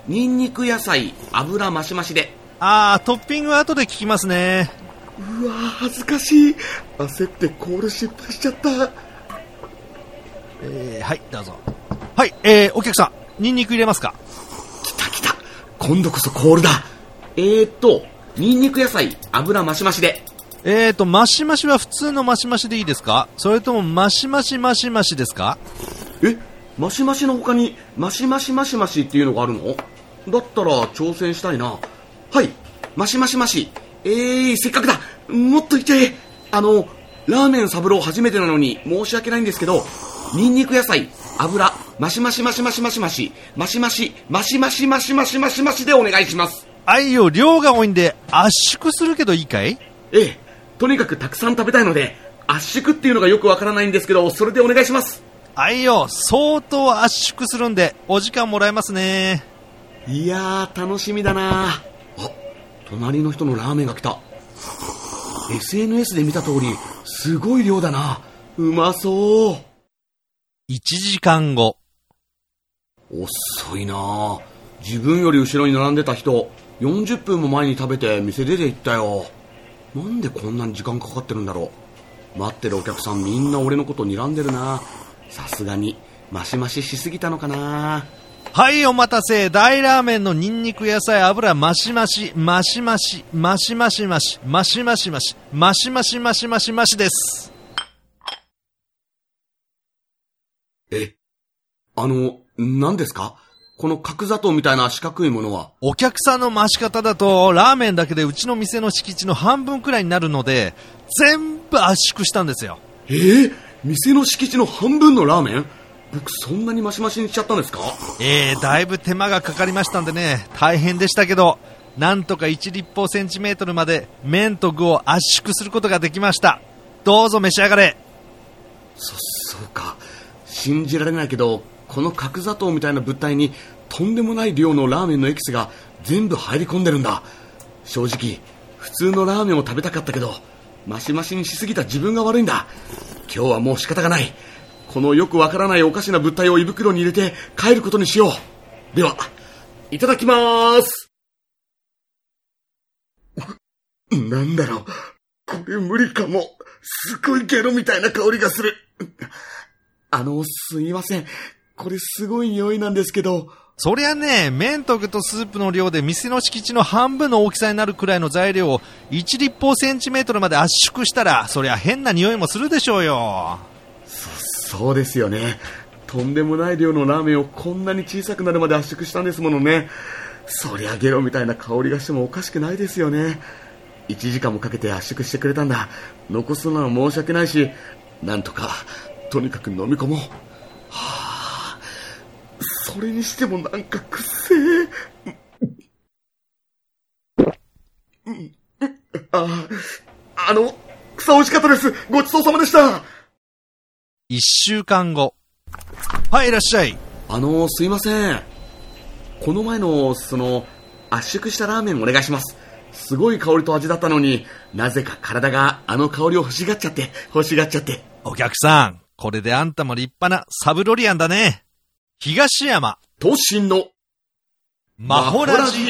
ニンニク野菜油マシマシで。 あー、トッピングは後で聞きますね。 うわー、恥ずかしい。焦ってコール失敗しちゃった。 えー、はい、どうぞ。はい、えー、お客さん、ニンニク入れますか？ 来た来た、今度こそコールだ。えーとニンニク野菜油マシマシで。 えーとマシマシは普通のマシマシでいいですか？それともマシマシマシマシですか？ え、マシマシの他にマシマシマシマシっていうのがあるの？だったら挑戦したいな。はい、マシマシマシ。えー、せっかくだ、もっといっちゃえ。あのラーメンサブロー初めてなのに申し訳ないんですけど、ニンニク野菜油マシマシマシマシマシマシマシマシマシマシマシマシマシマシでお願いします。 あいよ、量が多いんで圧縮するけどいいかい？ ええ、とにかくたくさん食べたいので圧縮っていうのがよくわからないんですけど、それでお願いします。 あいよ、相当圧縮するんでお時間もらえますね。 いやー、楽しみだな。あ、隣の人のラーメンが来た。 エスエヌエス で見た通りすごい量だな。うまそう。 いちじかんご。 遅いな。自分より後ろに並んでた人よんじゅっぷんも前に食べて店出て行ったよ。なんでこんなに時間かかってるんだろう。待ってるお客さんみんな俺のこと睨んでるな。さすがにマシマシしすぎたのかな。 はい、お待たせ。大ラーメンのニンニク野菜油マシマシマシマシマシマシマシマシマシマシマシマシマシマシマシです。 え、あの何ですかこの角砂糖みたいな四角いものは？ お客さんの増し方だとラーメンだけでうちの店の敷地の半分くらいになるので全部圧縮したんですよ。 えー、店の敷地の半分のラーメン？僕そんなにマシマシにしちゃったんですか？ えー、だいぶ手間がかかりましたんでね、大変でしたけど、なんとかいち立方センチメートルまで麺と具を圧縮することができました。どうぞ召し上がれ。 そ、そうか。信じられないけど、この角砂糖みたいな物体にとんでもない量のラーメンのエキスが全部入り込んでるんだ。正直普通のラーメンを食べたかったけど、マシマシにしすぎた自分が悪いんだ。今日はもう仕方がない。このよくわからないおかしな物体を胃袋に入れて帰ることにしよう。では、いただきまーす。 なんだろう、これ無理かも。すごいゲロみたいな香りがする。 あの、すいません。これすごい匂いなんですけど。 そりゃね、麺と具とスープの量で店の敷地の半分の大きさになるくらいの材料をいち立方センチメートルまで圧縮したら、そりゃ変な匂いもするでしょうよ。 そ、そうですよね。とんでもない量のラーメンをこんなに小さくなるまで圧縮したんですものね。そりゃゲロみたいな香りがしてもおかしくないですよね。いちじかんもかけて圧縮してくれたんだ。残すのは申し訳ないし、なんとかとにかく飲み込もう。はあ、それにしてもなんかくっせえ。ああ、あの草美味しかったです。ごちそうさまでした。 いっしゅうかんご。はい、いらっしゃい。 あのすいません。この前のその圧縮したラーメンお願いします。すごい香りと味だったのに、なぜか体があの香りを欲しがっちゃって欲しがっちゃって。 お客さん、これであんたも立派なサブロリアンだね。東山東進のマホラジ。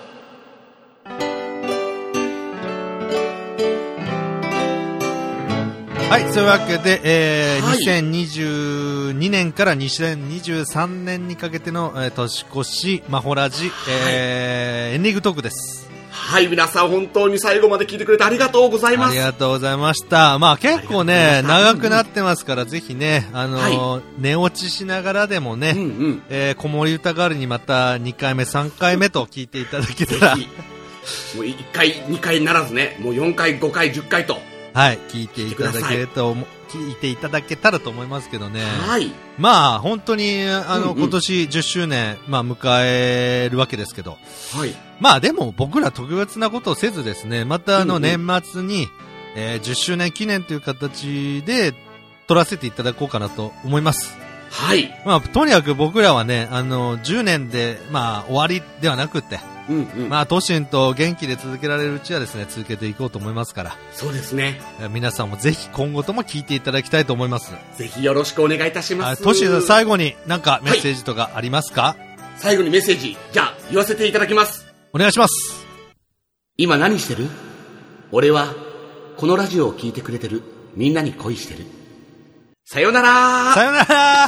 はい、そういうわけで、えーはい、にせんにじゅうにねんからにせんにじゅうさんねんにかけての、えー、年越しマホラジ、えーはい、エンディングトークです。 はい、皆さん本当に最後まで聞いてくれてありがとうございます。 ありがとうございました。まあ結構ね、長くなってますから、ぜひね、あのーはい、寝落ちしながらでもね、うんうん、えー、子守歌代わりにまたにかいめ、さんかいめと聞いていただけたら。もういっかい、にかいならずね、もうよんかい、ごかい、じゅっかいと。 はい、聞いていただけると、聞いていただけたらと思いますけどね。 はい。 まあ、本当に、あの、うんうん、今年じゅっしゅうねん、まあ、迎えるわけですけど。 はい。 まあ、でも僕ら特別なことをせずですね、またあの、年末に、うんうん、えー、じゅっしゅうねん記念という形で、撮らせていただこうかなと思います。 はい。 まあ、とにかく僕らはね、あの、じゅうねんで、まあ、終わりではなくて、うんうん、まあ、都心と元気で続けられるうちはですね、続けていこうと思いますから。 そうですね。 皆さんもぜひ今後とも聞いていただきたいと思います。 ぜひよろしくお願いいたします。 都心さん、最後になんかメッセージとかありますか？ はい、 最後にメッセージ、じゃあ言わせていただきます。 お願いします。 今何してる？俺はこのラジオを聞いてくれてるみんなに恋してる。さよなら。 さよなら。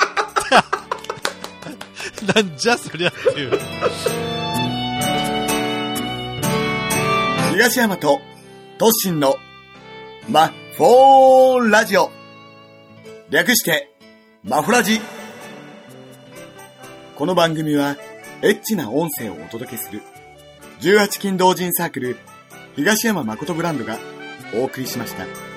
なんじゃそりゃっていう。 東山とトッシンのマフォーラジオ、略してマフラジ。この番組はエッチな音声をお届けするじゅうはちきん同人サークル東山誠ブランドがお送りしました。